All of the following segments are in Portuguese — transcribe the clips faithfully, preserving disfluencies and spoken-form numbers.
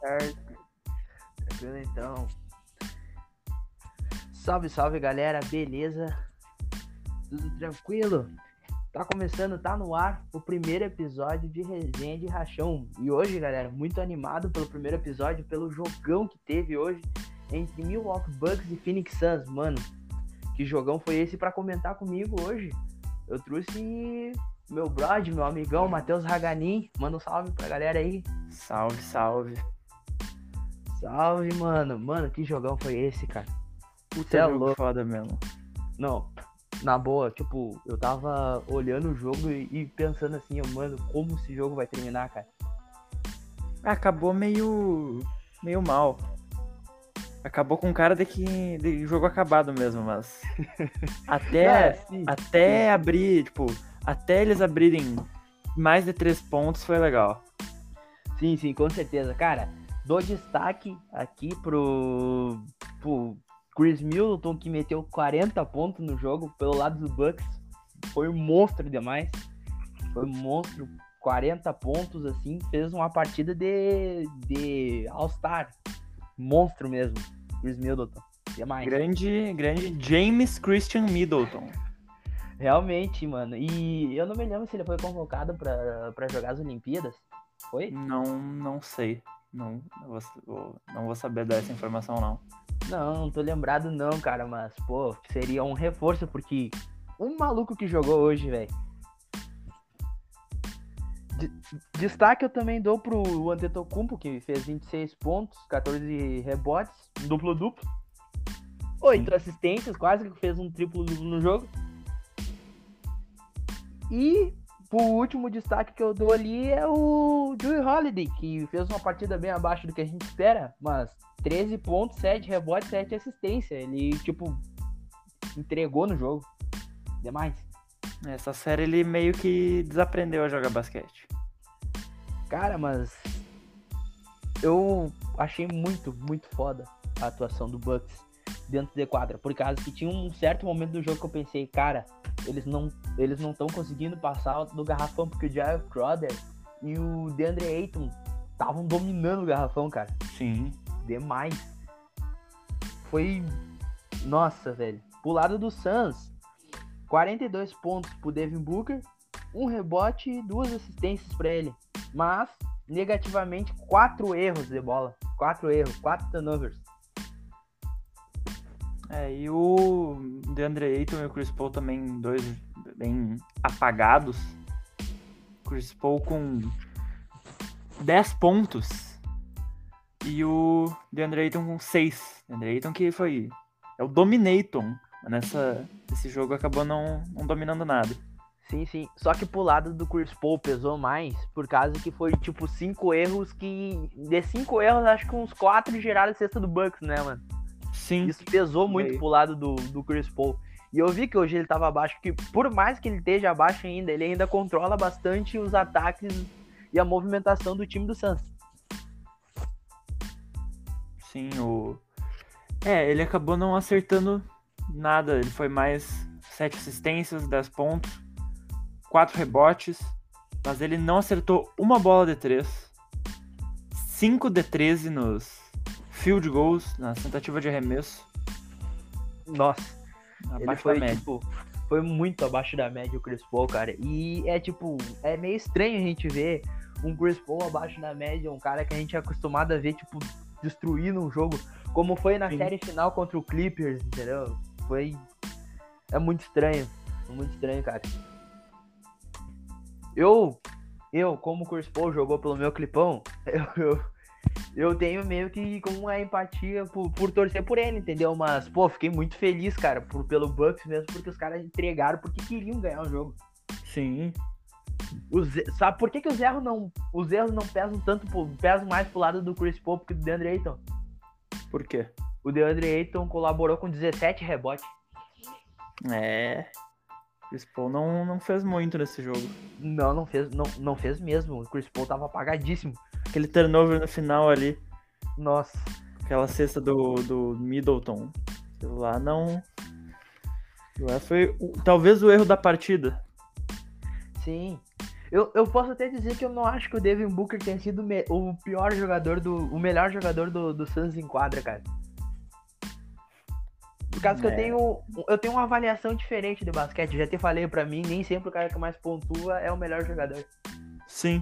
certo. Tranquilo então. Salve, salve galera, beleza? Tudo tranquilo? Tá começando, tá no ar o primeiro episódio de Resenha de Rachão. E hoje, galera, muito animado pelo primeiro episódio, pelo jogão que teve hoje entre Milwaukee Bucks e Phoenix Suns. Mano, que jogão foi esse pra comentar comigo hoje? Eu trouxe meu brother, meu amigão, Matheus Haganin. Manda um salve pra galera aí. Salve, salve. Salve, mano. Mano, que jogão foi esse, cara? Puta é jogo louco. foda mesmo. Não, na boa, tipo, eu tava olhando o jogo e, e pensando assim, mano, como esse jogo vai terminar, cara? Acabou meio meio mal. Acabou com cara de que de jogo acabado mesmo, mas até Ah, sim, até sim. abrir, tipo, até eles abrirem mais de três pontos foi legal. Sim, sim, com certeza. Cara, dou destaque aqui pro, pro Chris Middleton, que meteu quarenta pontos no jogo pelo lado do Bucks. Foi um monstro demais. Foi um monstro. quarenta pontos, assim, fez uma partida de, de All-Star. Monstro mesmo, Chris Middleton. Demais. Grande, grande James Christian Middleton. Realmente, mano. E eu não me lembro se ele foi convocado pra, pra jogar as Olimpíadas. Foi? Não, não sei. Não, não vou, não vou saber dar essa informação, não. Não, não tô lembrado não, cara. Mas, pô, seria um reforço, porque um maluco que jogou hoje, velho. Destaque eu também dou pro Antetokounmpo, que fez vinte e seis pontos, catorze rebotes, duplo-duplo. oito assistências, quase que fez um triplo-duplo no jogo. E o último destaque que eu dou ali é o Jrue Holiday, que fez uma partida bem abaixo do que a gente espera, mas treze pontos, sete rebotes, sete assistências. Ele, tipo, entregou no jogo. Demais. Essa série ele meio que desaprendeu a jogar basquete. Cara, mas eu achei muito, muito foda a atuação do Bucks dentro de quadra, por causa que tinha um certo momento do jogo que eu pensei, cara, eles não eles não estão conseguindo passar do garrafão, porque o Jared Crowder e o DeAndre Ayton estavam dominando o garrafão, cara. Sim. Demais. Foi... Nossa, velho. Pro lado do Suns, quarenta e dois pontos pro Devin Booker, um rebote e duas assistências pra ele. Mas, negativamente, quatro erros de bola. Quatro erros, quatro turnovers. É, e o DeAndre Ayton e o Chris Paul também, dois bem apagados. Chris Paul com dez pontos e o DeAndre Ayton com seis. DeAndre Ayton que foi... é o Dominator. Nessa, esse jogo acabou não, não dominando nada. Sim, sim. Só que pro lado do Chris Paul pesou mais, por causa que foi, tipo, cinco erros que... De cinco erros, acho que uns quatro geraram a cesta do Bucks, né, mano? Sim. Isso pesou muito Foi. pro lado do, do Chris Paul. E eu vi que hoje ele tava abaixo, que por mais que ele esteja abaixo ainda, ele ainda controla bastante os ataques e a movimentação do time do Suns. Sim, o... É, ele acabou não acertando nada. Ele foi mais sete assistências, dez pontos, quatro rebotes, mas ele não acertou uma bola de três, cinco de treze nos field goals, na tentativa de arremesso. Nossa, abaixo ele foi, da média. tipo, foi muito abaixo da média o Chris Paul, cara. E é, tipo, é meio estranho a gente ver um Chris Paul abaixo da média, um cara que a gente é acostumado a ver, tipo, destruindo um jogo, como foi na Sim. série final contra o Clippers, entendeu? Foi... É muito estranho, é muito estranho, cara. Eu, eu, como o Chris Paul jogou pelo meu clipão, eu, eu, eu tenho meio que com uma empatia por, por torcer por ele, entendeu? Mas, pô, fiquei muito feliz, cara, por, pelo Bucks mesmo, porque os caras entregaram porque queriam ganhar o jogo. Sim. Os, sabe por que, que os erros não, os erros não pesam tanto, pesam mais pro lado do Chris Paul que do DeAndre Ayton? Por quê? O DeAndre Ayton colaborou com dezessete rebotes. É... Chris Paul não, não fez muito nesse jogo. Não, não fez, não, não fez mesmo. O Chris Paul tava apagadíssimo. Aquele turnover no final ali. Nossa. Aquela cesta do, do Middleton. Aquilo lá não... Lá foi o, talvez o erro da partida. Sim. Eu, eu posso até dizer que eu não acho que o Devin Booker tenha sido me- o pior jogador do. O melhor jogador do, do Suns em quadra, cara. Por causa que eu É, tenho. Eu tenho uma avaliação diferente de basquete. Já te falei pra mim, nem sempre o cara que mais pontua é o melhor jogador. sim.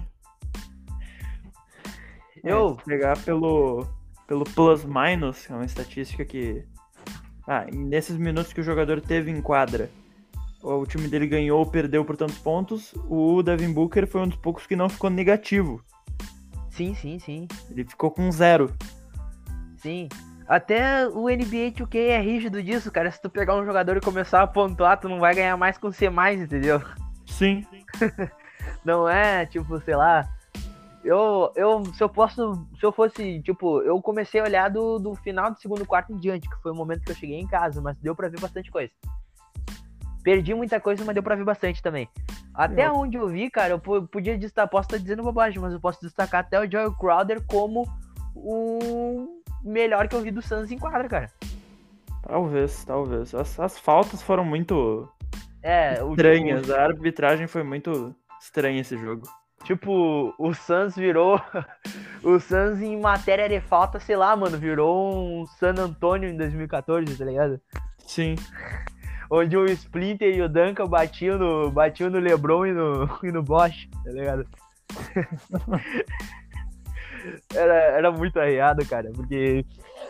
É, Eu. se pegar pelo, pelo plus-minus, que é uma estatística que... Ah, nesses minutos que o jogador teve em quadra, o time dele ganhou ou perdeu por tantos pontos, o Devin Booker foi um dos poucos que não ficou negativo. Sim, sim, sim. Ele ficou com zero. Sim. Até o N B A dois K é rígido disso, cara. Se tu pegar um jogador e começar a pontuar, tu não vai ganhar mais com C mais, entendeu? Sim. Não é, tipo, sei lá. Eu, eu, se eu posso, se eu fosse, tipo, eu comecei a olhar do, do final do segundo quarto em diante, que foi o momento que eu cheguei em casa, mas deu pra ver bastante coisa. Perdi muita coisa, mas deu pra ver bastante também. Até Eu- onde eu vi, cara, eu po- podia destacar, posso estar dizendo bobagem, mas eu posso destacar até o Joel Crowder como o melhor que eu vi do Suns em quadra, cara. Talvez, talvez. As, as faltas foram muito É, o, estranhas. o- A arbitragem foi muito estranha esse jogo. tipo, o Suns virou. O Suns em matéria de falta, sei lá, mano, virou um San Antonio em dois mil e quatorze, tá ligado? Sim. Onde o Splinter e o Duncan batiam no, batiam no LeBron e no, e no Bosch, tá ligado? Era, era muito arreado, cara, porque...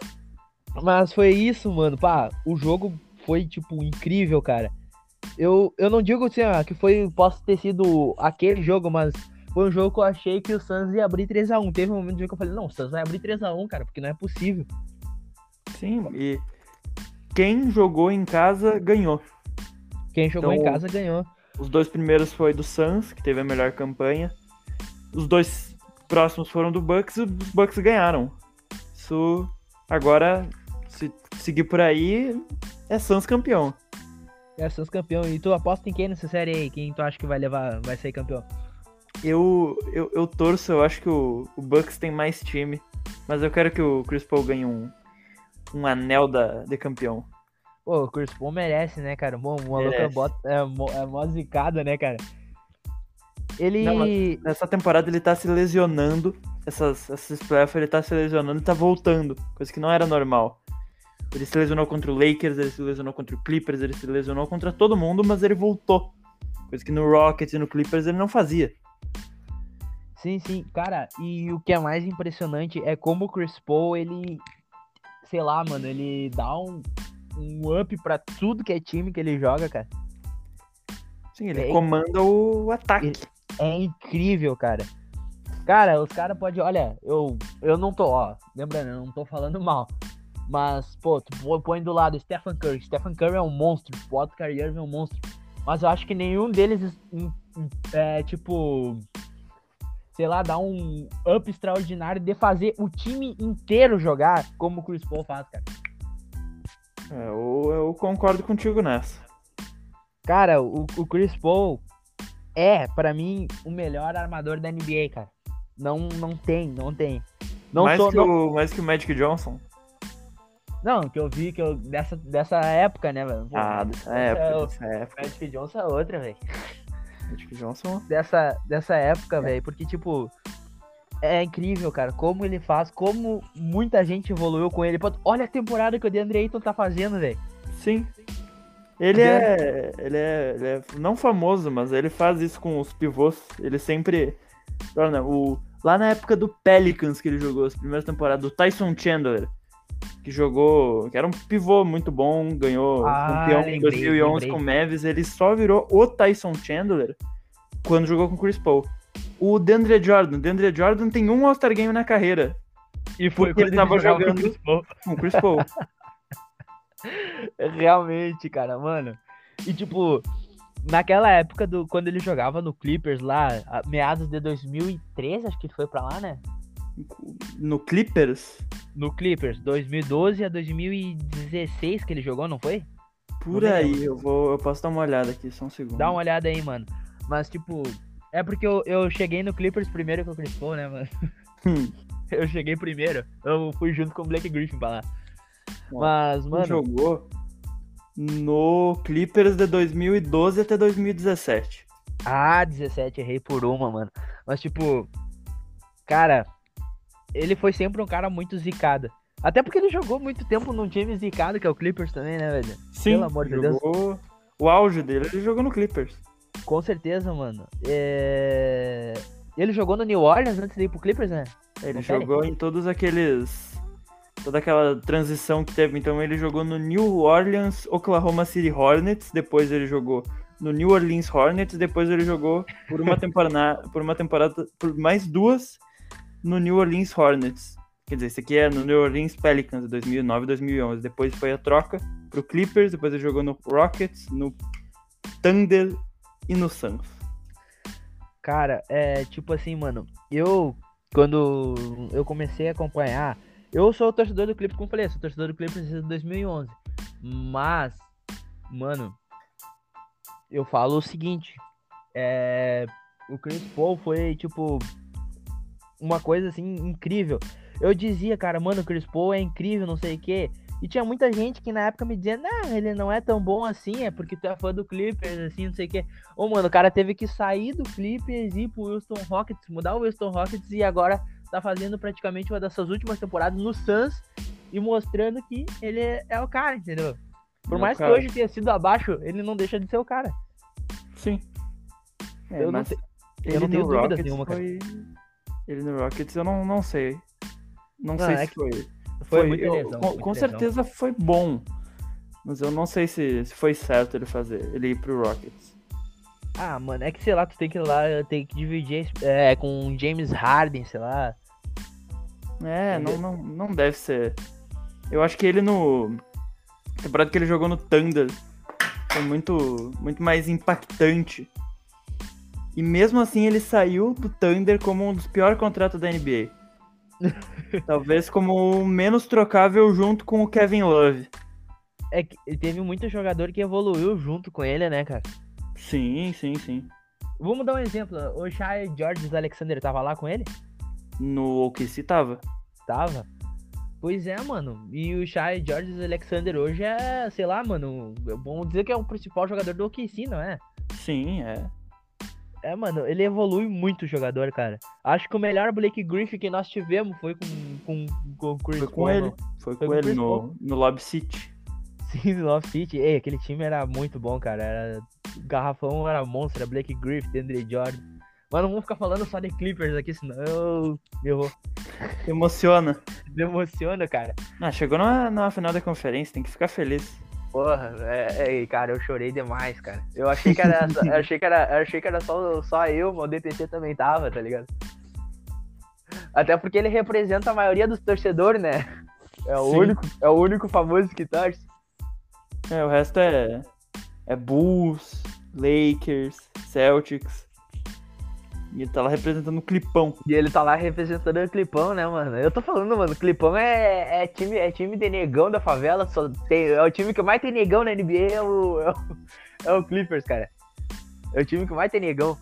Mas foi isso, mano, pá, o jogo foi, tipo, incrível, cara. Eu, eu não digo assim, ah, que foi, posso ter sido aquele jogo, mas foi um jogo que eu achei que o Suns ia abrir três a um. Teve um momento do jogo que eu falei, não, o Suns vai abrir três a um, cara, porque não é possível. Sim, e quem jogou em casa ganhou. Quem jogou Então, em casa ganhou. Os dois primeiros foi do Suns, que teve a melhor campanha. Os dois próximos foram do Bucks e os Bucks ganharam. Isso agora, se seguir por aí, é Suns campeão. É, Suns campeão. E tu aposta em quem nessa série aí? Quem tu acha que vai levar, vai ser campeão? Eu, eu, eu torço, eu acho que o, o Bucks tem mais time, mas eu quero que o Chris Paul ganhe um, um anel da, de campeão. Pô, o Chris Paul merece, né, cara? Bom, o maluco é, Merece. bota, é, mo- é mó zicada, né, cara? Ele... Não, mas nessa temporada ele tá se lesionando, essas, essas playoffs ele tá se lesionando e tá voltando, coisa que não era normal. Ele se lesionou contra o Lakers, ele se lesionou contra o Clippers, ele se lesionou contra todo mundo, mas ele voltou. Coisa que no Rockets e no Clippers ele não fazia. Sim, sim. Cara, e o que é mais impressionante é como o Chris Paul, ele... Sei lá, mano, ele dá um, um up pra tudo que é time que ele joga, cara. Sim, ele É, comanda o ataque. é incrível, cara. Cara, os caras podem... Olha, eu, eu não tô, ó... Lembrando, eu não tô falando mal. Mas, pô, tu pô- põe do lado Stephen Curry. Stephen Curry é um monstro. O Otto Kyrie Irving é um monstro. Mas eu acho que nenhum deles, hum, hum, é, tipo... Sei lá, dá um up extraordinário de fazer o time inteiro jogar como o Chris Paul faz, cara. É, eu, eu concordo contigo nessa. Cara, o, o Chris Paul é, pra mim, o melhor armador da N B A, cara. Não, não tem, não tem. Não mais, sou, que não, o, mais que o Magic Johnson. não, que eu vi que eu, dessa, dessa época, né, velho? Pô, Ah, dessa essa é época, o- dessa época. Magic Johnson é outra, velho. Magic Johnson. Dessa, dessa época, velho. Porque, tipo, é incrível, cara. Como ele faz, como muita gente evoluiu com ele. Pô, olha a temporada que o DeAndre Ayton tá fazendo, velho. Sim. Ele é, ele é. Ele é não famoso, mas ele faz isso com os pivôs. Ele sempre. Olha, o, lá na época do Pelicans que ele jogou, as primeiras temporadas, do Tyson Chandler, que jogou. Que era um pivô muito bom, ganhou Ah, campeão lembrei, em dois mil e onze lembrei. com o Mavis. Ele só virou o Tyson Chandler quando jogou com o Chris Paul. O DeAndre Jordan. DeAndre Jordan tem um All-Star Game na carreira. E foi Porque ele tava jogava com o jogando- Chris Paul. Com o Chris Paul. Realmente, cara, mano. E, tipo, naquela época, do, quando ele jogava no Clippers lá, a- meados de dois mil e treze, acho que foi pra lá, né? No Clippers, No Clippers, dois mil e doze a dois mil e dezesseis que ele jogou, não foi? por Não me aí, lembro. eu vou. Eu posso dar uma olhada aqui, só um segundo. Dá uma olhada aí, mano. Mas, tipo, é porque eu, eu cheguei no Clippers primeiro que o Chris Paul, né, mano? Hum, Eu cheguei primeiro. Eu fui junto com o Blake Griffin pra lá. Ó, Mas, ele mano, jogou no Clippers de dois mil e doze até dois mil e dezessete. Ah, dezessete, errei por uma, mano. Mas, tipo, cara, ele foi sempre um cara muito zicado. Até porque ele jogou muito tempo num time zicado, que é o Clippers também, né, velho? Sim, Pelo amor de Deus. jogou o auge dele, ele jogou no Clippers. Com certeza, mano. É... Ele jogou no New Orleans antes de ir pro Clippers, né? Ele Confere? jogou em todos aqueles... Toda aquela transição que teve. Então ele jogou no New Orleans, Oklahoma City Hornets, depois ele jogou no New Orleans Hornets, depois ele jogou por uma temporada, por uma temporada, por mais duas no New Orleans Hornets. Quer dizer, esse aqui é no New Orleans Pelicans, de dois mil e nove e dois mil e onze. Depois foi a troca pro Clippers, depois ele jogou no Rockets, no Thunder e no Suns. Cara, é tipo assim, mano. Eu, quando eu comecei a acompanhar, eu sou o torcedor do Clippers, como eu falei, sou torcedor do Clippers desde dois mil e onze. Mas, mano, eu falo o seguinte, é, o Chris Paul foi, tipo, uma coisa, assim, incrível. Eu dizia, cara, mano, o Chris Paul é incrível, não sei o quê. E tinha muita gente que na época me dizia, não, ele não é tão bom assim, é porque tu é fã do Clippers, assim, não sei o quê. Ô, mano, o cara teve que sair do Clippers e ir pro Houston Rockets, mudar o Houston Rockets e agora tá fazendo praticamente uma das suas últimas temporadas no Suns e mostrando que ele é o cara, entendeu? Por É mais o cara. que hoje tenha sido abaixo, ele não deixa de ser o cara. Sim. É, eu não, mas te... ele eu não tenho no dúvidas Rockets nenhuma, cara. foi... Ele no Rockets eu não, não sei. Não, Não, sei é se que foi. Foi, Foi, muita eu- lesão. com, muita com lesão. certeza foi bom. Mas eu não sei se, se foi certo ele fazer, ele ir pro Rockets. Ah, mano, é que sei lá, tu tem que ir lá, tem que dividir é, com o James Harden, sei lá. É, não, não, não deve ser. Eu acho que ele no... A temporada que ele jogou no Thunder foi muito, muito mais impactante. E mesmo assim ele saiu do Thunder como um dos piores contratos da N B A. Talvez como o menos trocável junto com o Kevin Love. É que teve muito jogador que evoluiu junto com ele, né, cara? Sim, sim, sim. Vamos dar um exemplo. O Shai George Alexander tava lá com ele? No O K C tava. Tava. Pois é, mano. E o Shai George Alexander hoje é, sei lá, mano, vamos dizer que é o principal jogador do O K C, não é? Sim, é. É, mano, ele evolui muito o jogador, cara. Acho que o melhor Blake Griffin que nós tivemos foi com, com, com o Chris Foi com Paul, ele. mano. Foi, Foi com com o ele Chris no, Paul. no Lob City. Sim, no Love City. Ei, aquele time era muito bom, cara. Era... O garrafão era monstro, era Blake Griffin, Andre Jordan. Mas não vamos ficar falando só de Clippers aqui, senão eu, eu vou... Emociona. Me emociona, cara. Ah, chegou numa, numa final da conferência, tem que ficar feliz. Porra, é, é, cara, eu chorei demais, cara. Eu achei que era, só- eu achei que era, eu achei que era só, só eu, mas o D P T também tava, tá ligado? Até porque ele representa a maioria dos torcedores, né? É o Sim. único, é o único famoso que torce. É, o resto é, é Bulls, Lakers, Celtics. E ele tá lá representando o Clipão. E ele tá lá representando o Clipão, né, mano? Eu tô falando, mano, o Clipão é, é, time, é time de negão da favela, só tem, é o time que mais tem negão na N B A, é o, é o, é o Clippers, cara. É o time que mais tem negão.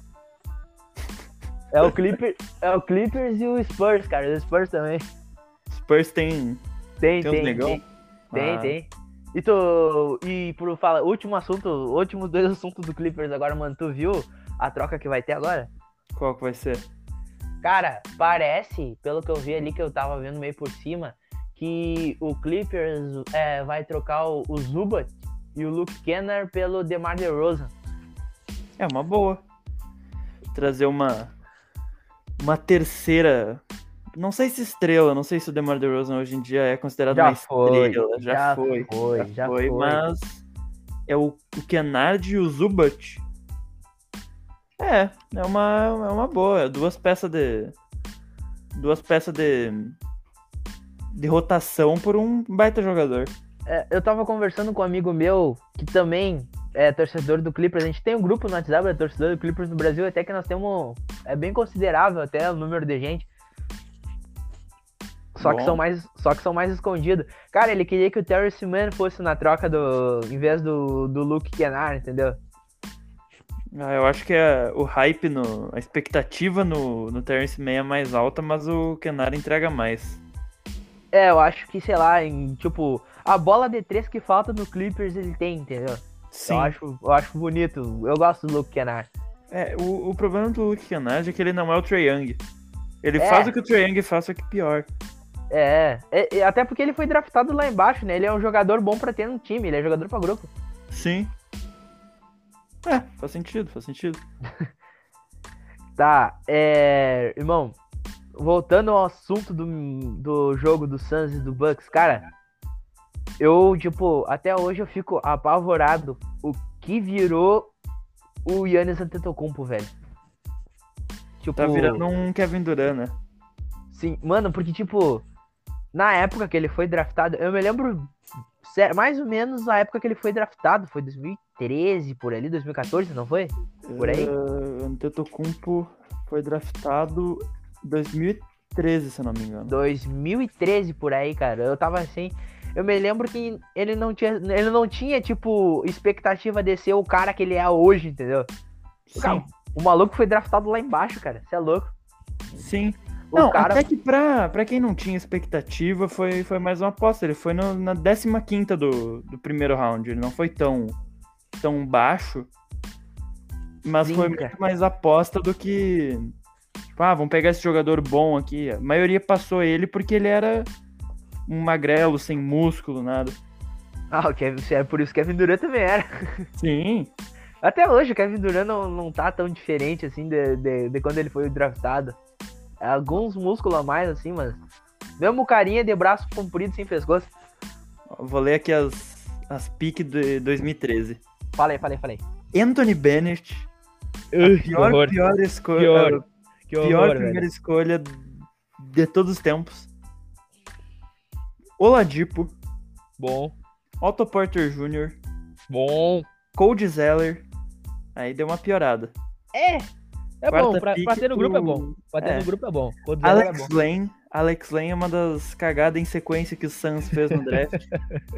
É o, Clipper, é o Clippers e o Spurs, cara. O Spurs também. Spurs tem, Tem, tem uns tem. negão? Tem, tem. Ah, tem. E tu. E por falar, último assunto, últimos dois assuntos do Clippers agora, mano. Tu viu a troca que vai ter agora? Qual que vai ser? Cara, parece, pelo que eu vi ali, que eu tava vendo meio por cima, que o Clippers é, vai trocar o, o Zubat e o Luke Kennard pelo DeMar DeRozan. É uma boa. Trazer uma uma terceira, não sei se estrela, não sei se o DeMar DeRozan hoje em dia é considerado Já uma foi, estrela, já, já foi, foi, já, já foi, foi. mas é o, o Kennard e o Zubat. É, é uma, é uma boa, duas peças de duas peças de de rotação por um baita jogador. É, eu tava conversando com um amigo meu que também é torcedor do Clippers. A gente tem um grupo no WhatsApp, é torcedor do Clippers no Brasil, até que nós temos. É bem considerável até o número de gente. Só que, Bom. são mais, só que são mais escondidos. Cara, ele queria que o Terrence Mann fosse na troca do. Em vez do, do Luke Kennard, entendeu? Ah, eu acho que é, o hype, no, a expectativa no, no Terrence Mann é mais alta, mas o Kennard entrega mais. É, eu acho que, sei lá, em, tipo, a bola de três que falta no Clippers ele tem, entendeu? Sim, Eu acho, eu acho bonito. Eu gosto do Luke Kennard. É, o, o problema do Luke Kennard é que ele não é o Trae Young. Ele É. faz o que o Trae Young faz, só que pior. É, é, é, até porque ele foi draftado lá embaixo, né? Ele é um jogador bom pra ter no time, ele é jogador pra grupo. Sim. É, faz sentido, faz sentido. Tá, é... Irmão, voltando ao assunto do, do jogo do Suns e do Bucks, cara, eu, tipo, até hoje eu fico apavorado o que virou o Giannis Antetokounmpo, velho. Tipo, Tá virando um Kevin Durant, né? sim, mano, porque, tipo, na época que ele foi draftado, eu me lembro mais ou menos a época que ele foi draftado, foi dois mil e treze, por ali, dois mil e quatorze, não foi? Por aí? Uh, Antetokounmpo foi draftado em dois mil e treze, se eu não me engano. dois mil e treze, por aí, cara. Eu tava assim... Eu me lembro que ele não tinha, ele não tinha, tipo, expectativa de ser o cara que ele é hoje, entendeu? Sim. Cara, o maluco foi draftado lá embaixo, cara. Você é louco. Sim. O não, cara... até que pra, pra quem não tinha expectativa, foi, foi mais uma aposta. Ele foi no, na décima quinta do, do primeiro round. Ele não foi tão, tão baixo, mas Sim, foi cara. muito mais aposta do que... Tipo, ah, vamos pegar esse jogador bom aqui. A maioria passou ele porque ele era um magrelo, sem músculo, nada. Ah, o Kevin, é por isso que o Kevin Durant também era. Sim. Até hoje o Kevin Durant não, não tá tão diferente, assim, de, de, de quando ele foi draftado. Alguns músculos a mais, assim, mas... Mesmo carinha de braço comprido, sem pescoço. Vou ler aqui as, as piques de dois mil e treze. Falei, falei, falei. Anthony Bennett. Uh, A pior, horror. pior escolha. Que horror. Que pior horror, primeira velho. escolha de todos os tempos. Oladipo. Bom, Otto Porter Júnior bom. Cody Zeller. Aí deu uma piorada. É, é Quarta bom. Pra, pick pra ter no grupo é pro- bom. Pra ter é. no grupo é bom. O Zeller é Alex bom. Lane. Alex Lane é uma das cagadas em sequência que o Suns fez no draft.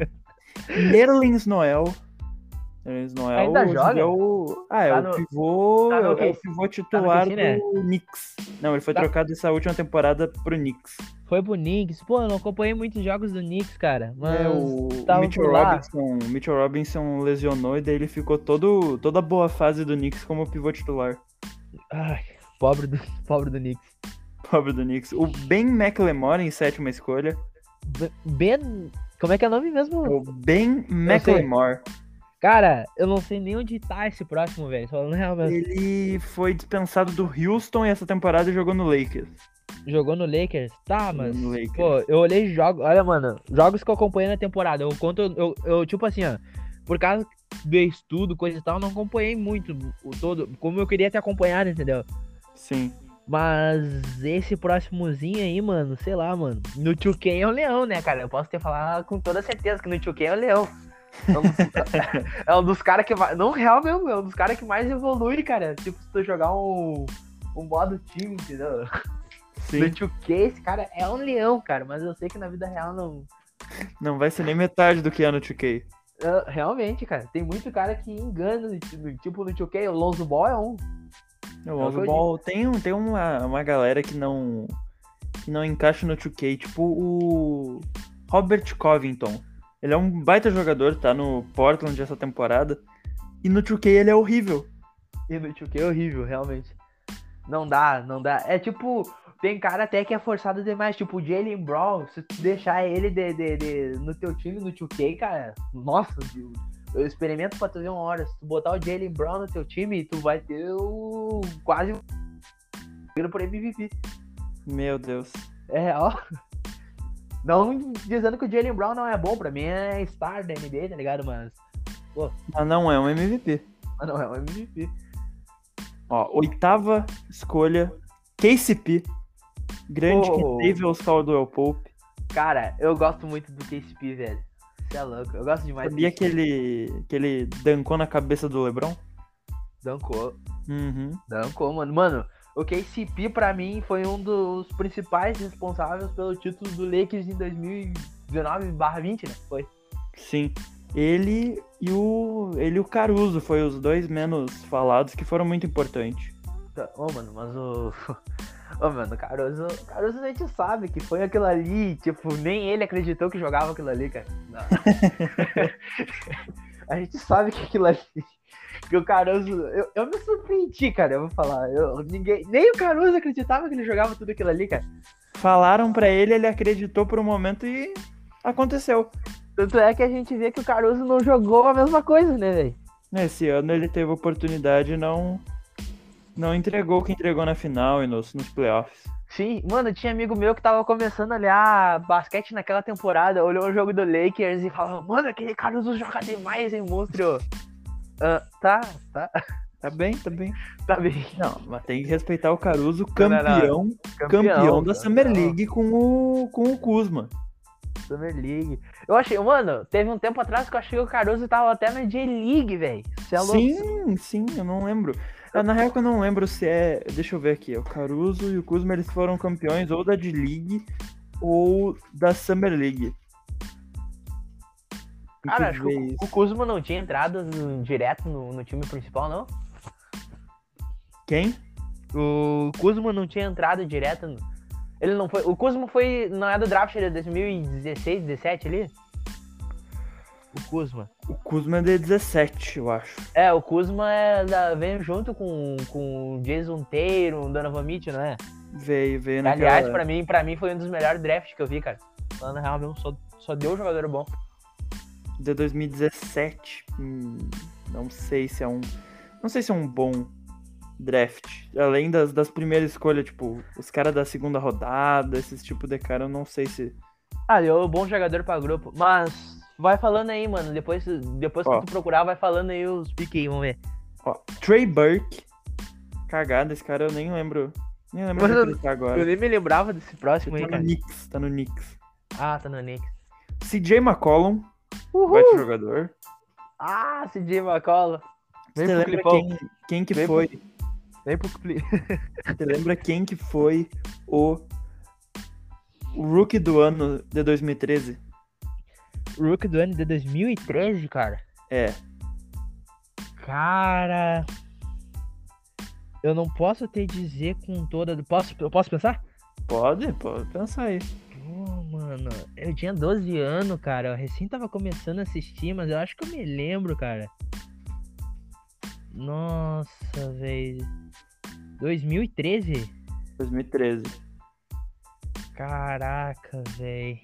Nerlens Noel. Nerlens Noel Ainda hoje joga? é o... Ah, é Tá o no- pivô, tá no é o K- pivô titular K C, né? do Knicks. Não, ele foi Tá- trocado essa última temporada pro Knicks. Foi pro Knicks. Pô, eu não acompanhei muitos jogos do Knicks, cara. Mas É, o, o tava Mitchell por lá. Robinson, o Mitchell Robinson lesionou e daí ele ficou todo, toda a boa fase do Knicks como pivô titular. Ai, pobre do, pobre do Knicks. Pobre do Knicks. O Ben McLemore em sétima escolha. B- Ben... Como é que é o nome mesmo? O Ben McLemore. Cara, eu não sei nem onde tá esse próximo, velho. Falando real mesmo. Ele foi dispensado do Houston e essa temporada jogou no Lakers. Jogou no Lakers? Tá, mas... No Lakers. Pô, eu olhei jogos... Olha, mano, jogos que eu acompanhei na temporada. Eu conto... Eu, eu, tipo assim, ó... Por causa do estudo, coisa e tal, eu não acompanhei muito o todo... Como eu queria ter acompanhado, entendeu? Sim. Mas esse próximozinho aí, mano, sei lá, mano. No dois K é o leão, né, cara? Eu posso ter falado com toda certeza que no dois K é o leão. É um dos, é um dos caras que vai... Não, real mesmo, é um dos caras que mais evolui, cara. Tipo, se tu jogar um... Um modo time, entendeu? Sim. No dois K, esse cara é um leão, cara. Mas eu sei que na vida real não... Não vai ser nem metade do que é no dois K. É, realmente, cara. Tem muito cara que engana. no- Tipo, no dois K, o Lonzo Ball é um... O É o Lonzo que eu Ball tem, um- tem uma, uma galera que não, que não encaixa no dois K, tipo o Robert Covington. Ele é um baita jogador, tá no Portland essa temporada. E no dois K ele é horrível. E no dois K é horrível, realmente. Não dá, não dá. É tipo, tem cara até que é forçado demais. Tipo, o Jaylen Brown, se tu deixar ele de, de, de- no teu time no dois K, cara, nossa, eu, eu experimento pra tu ver uma hora. Se tu botar o Jaylen Brown no teu time, tu vai ter o quase um por M V P. Meu Deus. É, ó. Não dizendo que o Jaylen Brown não é bom, pra mim é star da N B A, tá ligado? Mas, Mas não é um M V P. mas não é um M V P. Ó, oitava escolha, K C P. Grande Oh. Kentavious Caldwell Pope. Cara, eu gosto muito do K C P, velho. Você é louco, eu gosto demais Sabia do que ele, que ele dancou na cabeça do LeBron? Dancou, Uhum. dancou, mano. Mano, o K C P pra mim foi um dos principais responsáveis pelo título do Lakers em dois mil e dezenove barra vinte, né? Foi. Sim. Ele e o ele e o Caruso foi os dois menos falados que foram muito importantes. Tá, Ô, mano, mas o... Ô, mano, o Caruso, o Caruso a gente sabe que foi aquilo ali, tipo, nem ele acreditou que jogava aquilo ali, cara. Não. A gente sabe que aquilo ali que o Caruso. Eu, eu me surpreendi, cara, eu vou falar. Eu, ninguém, nem o Caruso acreditava que ele jogava tudo aquilo ali, cara. Falaram pra ele, ele acreditou por um momento e aconteceu. Tanto é que a gente vê que o Caruso não jogou a mesma coisa, né, velho? Nesse ano ele teve oportunidade e não, não entregou o que entregou na final e nos, nos playoffs. Sim, mano, tinha amigo meu que tava começando a olhar basquete naquela temporada, olhou o jogo do Lakers e falava, mano, aquele Caruso joga demais, hein, monstro? Ah, tá, tá, Tá bem, tá bem. tá bem. Não, mas tem que respeitar o Caruso, Não, não, campeão, não. campeão, Campeão, da campeão. Summer League com o, com o Kuzma. Summer League. Eu achei, mano, teve um tempo atrás que eu achei que o Caruso tava até na J-League, velho. É sim, sim, eu não lembro. Ah, na real que eu não lembro se é... Deixa eu ver aqui. O Caruso e o Kuzma, eles foram campeões ou da D-League ou da Summer League. Tem Cara, que acho ver que o, isso. o Kuzma não tinha entrado no- direto no, no time principal, não? Quem? O Kuzma não tinha entrado direto no... Ele não foi... O Kuzma foi... Não é do draft de dois mil e dezesseis, dezessete ali? O Kuzma. O Kuzma é de dezessete, eu acho. É, o Kuzma é da... vem junto com, com o Jason Tatum, o Donovan Mitchell, não é? Veio, veio Que, naquela... aliás, pra mim, pra mim foi um dos melhores drafts que eu vi, cara. Lá na real mesmo, só, só deu jogador bom. De dois mil e dezessete. Hum, não sei se é um... Não sei se é um bom draft. Além das, das primeiras escolhas, tipo, os caras da segunda rodada, esses tipo de cara, eu não sei se... Ah, deu um bom jogador pra grupo. Mas vai falando aí, mano. Depois, depois que Ó. tu procurar, vai falando aí os piques aí, vamos ver. Ó, Trey Burke. Cagada, esse cara eu nem lembro. Nem lembro Mas onde é eu- que ele tá agora. Eu nem me lembrava desse próximo Ele aí, tá no cara. Knicks, tá no Knicks. Ah, tá no Knicks. C J McCollum, Uhul! baita jogador. Ah, C J McCollum. Vem Você pro lembra clipão. quem, quem que Vem pro- foi? Vem pro clipe. Você lembra quem que foi o, o rookie do ano de dois mil e treze? Rook do ano de dois mil e treze, cara. É, Cara... Eu não posso te dizer com toda... Posso, eu posso pensar? pode, pode pensar aí. Pô, mano, eu tinha doze anos, cara. Eu recém tava começando a assistir, mas eu acho que eu me lembro, cara. Nossa, velho. dois mil e treze? dois mil e treze. Caraca, velho.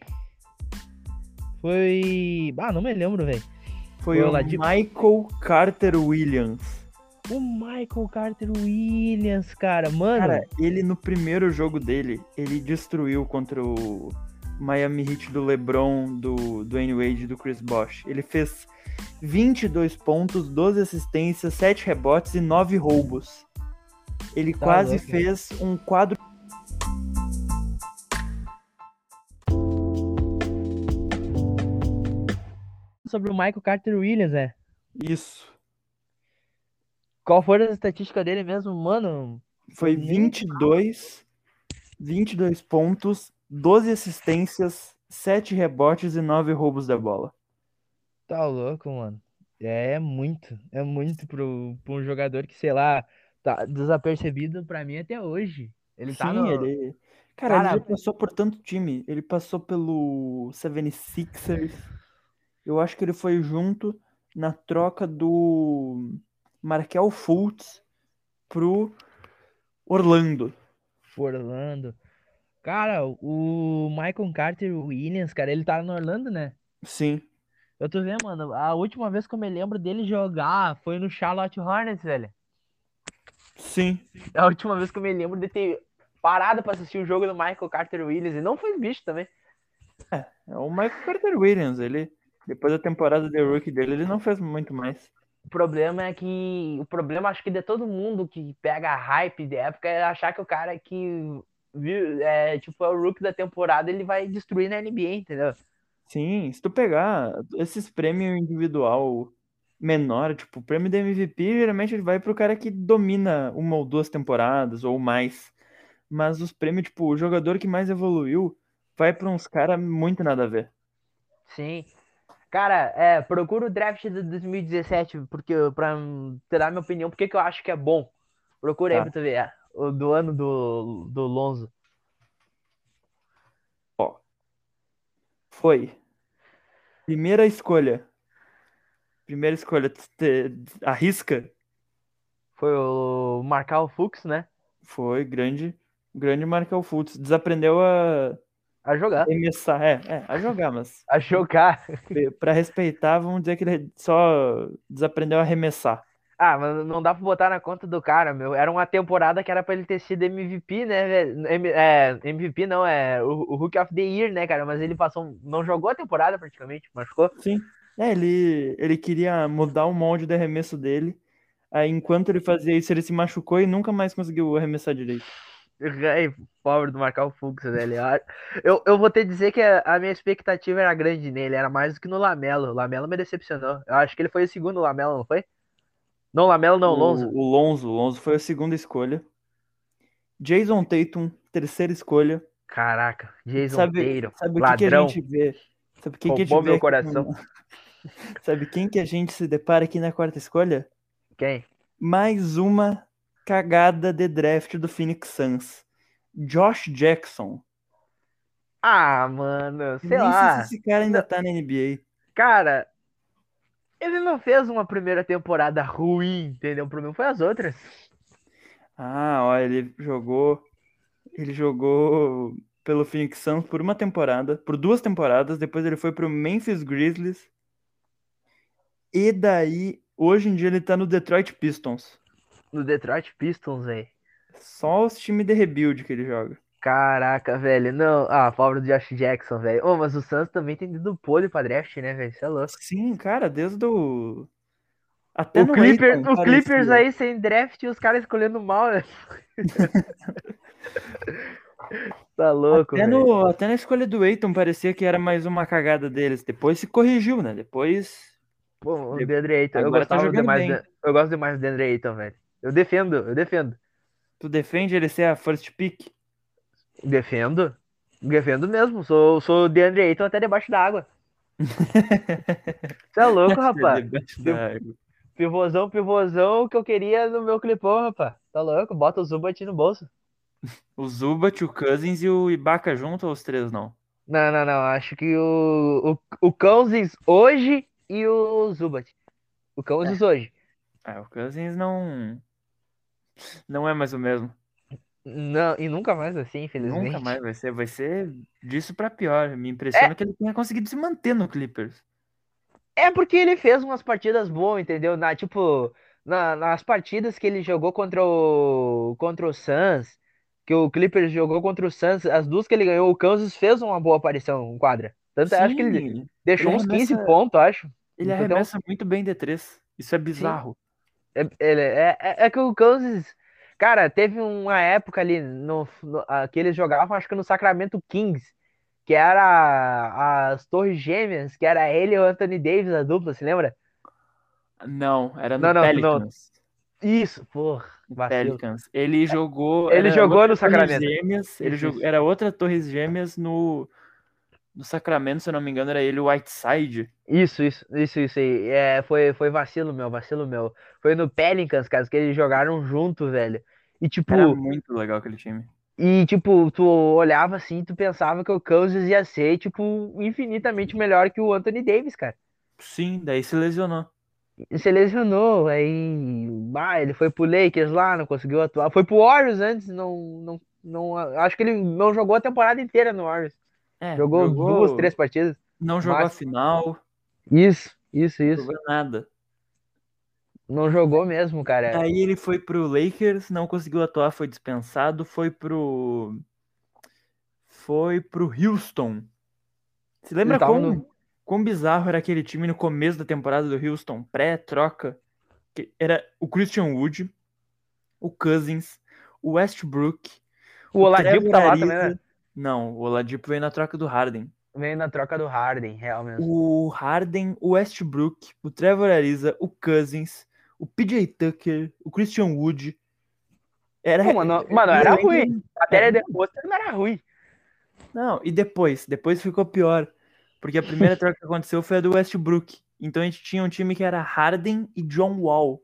Foi. Ah, não me lembro, velho. Foi Foi o lá de- Michael Carter Williams. O Michael Carter Williams, cara. Mano, Cara, ele no primeiro jogo dele, ele destruiu contra o Miami Heat do LeBron, do Dwayne Wade e do Chris Bosh. Ele fez vinte e dois pontos, doze assistências, sete rebotes e nove roubos. Ele Tá quase louco. fez um quadro... sobre o Michael Carter Williams, né? Isso. Qual foram as estatísticas dele mesmo, mano? Foi Eu nem- vinte e dois, vinte e dois pontos, doze assistências, sete rebotes e nove roubos da bola. Tá louco, mano. É muito, é muito pro, pro um jogador que, sei lá, tá desapercebido pra mim até hoje. Ele tá Sim, no... ele... Cara, Cara, ele já passou por tanto time. Ele passou pelo setenta e seis ers. Eu acho que ele foi junto na troca do Markel Fultz pro Orlando. Orlando. Cara, o Michael Carter Williams, cara, ele tá no Orlando, né? Sim. Eu tô vendo, mano, a última vez que eu me lembro dele jogar foi no Charlotte Hornets, velho. Sim. É a última vez que eu me lembro de ter parado pra assistir o jogo do Michael Carter Williams. E não foi bicho também. É o Michael Carter Williams. Ele, depois da temporada de rookie dele, ele não fez muito mais. O problema é que. O problema, acho que de todo mundo que pega a hype de época é achar que o cara que viu, é, tipo, é o rookie da temporada, ele vai destruir na N B A, entendeu? Sim, se tu pegar esses prêmios individual menor, tipo, o prêmio de M V P, geralmente ele vai pro cara que domina uma ou duas temporadas ou mais. Mas os prêmios, tipo, o jogador que mais evoluiu vai pra uns caras muito nada a ver. Sim. Cara, é, procura o draft de dois mil e dezessete, porque, pra te dar minha opinião, porque que eu acho que é bom. Procura aí Tá. pra tu ver. é, O do ano do, do Lonzo. Ó, foi. Primeira escolha. Primeira escolha. Tu te- arrisca? Foi o Markel Fuchs, né? Foi grande, grande Markel Fultz. Desaprendeu a A jogar. arremessar, é, é, a jogar, mas A jogar. pra respeitar, vamos dizer que ele só desaprendeu a arremessar. Ah, mas não dá pra botar na conta do cara, meu. Era uma temporada que era pra ele ter sido M V P, né, velho? M- É, M V P não, é o, o Rookie of the Year, né, cara? Mas ele passou, não jogou a temporada praticamente, machucou. Sim. É, ele, ele queria mudar o molde de arremesso dele. Aí, enquanto ele fazia isso, ele se machucou e nunca mais conseguiu arremessar direito. Ai, pobre do Marcal Fux, velho. Eu, eu vou ter que dizer que a, a minha expectativa era grande nele, era mais do que no Lamelo. O Lamelo me decepcionou. Eu acho que ele foi o segundo Lamelo, não foi? Não, Lamelo não, Lonzo. O, o Lonzo, o Lonzo foi a segunda escolha. Jason Tatum, terceira escolha. Caraca, E Jason sabe, Tatum, sabe o que que a ladrão, gente vê? Sabe o que que a gente roubou vê meu aqui coração. com... Sabe quem que a gente se depara aqui na quarta escolha? Quem? Mais uma cagada de draft do Phoenix Suns. Josh Jackson. Ah, mano, sei Nem sei se lá. esse cara ainda Não, tá na N B A. cara, ele não fez uma primeira temporada ruim, entendeu? O problema foi as outras. Ah, ó, ele jogou, ele jogou pelo Phoenix Suns por uma temporada, por duas temporadas, depois ele foi pro Memphis Grizzlies. E daí, hoje em dia ele tá no Detroit Pistons. No Detroit Pistons, velho. Só os times de rebuild que ele joga. Caraca, velho. Não. Ah, pobre do Josh Jackson, velho. Ô, mas o Suns também tem ido pole pra draft, né, velho? Isso é louco. Sim, cara, desde o até O no Clipper, Aiton o Clippers parecia. aí sem draft e os caras escolhendo mal, né? Tá louco, Até velho. no até na escolha do Aiton parecia que era mais uma cagada deles. Depois se corrigiu, né? Depois Pô, o DeAndre Ayton. Eu agora tá gostava jogando demais. bem. De... Eu gosto demais do DeAndre Ayton, velho. Eu defendo, eu defendo. Tu defende ele ser a first pick? Defendo. Defendo mesmo. Sou, sou o DeAndre Ayton até debaixo da água. Você é louco, rapaz. Debaixo Pi- da água. Pivôzão, pivôzão que eu queria no meu clipão, rapaz. Tá louco? Bota o Zubat no bolso. O Zubat, o Cousins e o Ibaka junto ou os três não? Não, não, não. Acho que o, o, o Cousins hoje e o Zubat. O É. Cousins hoje. Ah, o Cousins não não é mais o mesmo. Não, e nunca mais assim, Nunca infelizmente. mais vai ser, vai ser disso pra pior. Me É, impressiona que ele tenha conseguido se manter no Clippers. é porque ele fez umas partidas boas, entendeu? Na, tipo, na- nas partidas que ele jogou contra o contra o Suns, que o Clippers jogou contra o Suns, as duas que ele ganhou, o Kansas fez uma boa aparição em quadra. Tanto eu acho que ele Sim, ele deixou uns quinze arremessa, pontos, acho. ele Até uns, arremessa muito bem de três. Isso é sim. bizarro. É, ele, é, é, é que o Kansas, cara, teve uma época ali no, no- ah, que eles jogavam, acho que no Sacramento Kings, que era as Torres Gêmeas, que era ele e o Anthony Davis, a dupla, se lembra? Não, era no Não, não, não. Pelicans. Isso, porra, No vacilo. Pelicans. Ele jogou, Ele era jogou outra no Torres Sacramento. Gêmeas, ele Isso, jogou, isso. era outra Torres Gêmeas no, no Sacramento, se eu não me engano, era ele o Whiteside. Isso, isso, isso, isso aí. É, foi, foi vacilo meu, vacilo meu. Foi no Pelicans, cara, que eles jogaram junto, velho. E Era tipo, muito legal aquele time. e tipo, tu olhava assim, e tu pensava que o Kansas ia ser, tipo, infinitamente melhor que o Anthony Davis, cara. Sim, daí se lesionou. E se lesionou, aí, bah, ele foi pro Lakers lá, não conseguiu atuar. Foi pro Warriors antes, não, não, não, acho que ele não jogou a temporada inteira no Warriors. É, Jogou duas, jogou, três partidas, não jogou a mas final, isso, isso, não isso. jogou nada. Não jogou mesmo, cara. Daí ele foi pro Lakers, não conseguiu atuar, foi dispensado, foi pro foi pro Houston. Se Ele lembra tava quão, no. quão bizarro era aquele time no começo da temporada do Houston, pré-troca? Que era o Christian Wood, o Cousins, o Westbrook, O o Oladipo Trevor tava lá também, né? Ariza. Não, o Oladipo veio na troca do Harden. Veio na troca do Harden, real mesmo. O Harden, o Westbrook, o Trevor Ariza, o Cousins, o P J Tucker, o Christian Wood. Era, Pô, mano, mano, o era elenco ruim. era- A matéria é, de rosto não era ruim. não, e depois? Depois ficou pior. Porque a primeira troca que aconteceu foi a do Westbrook. Então a gente tinha um time que era Harden e John Wall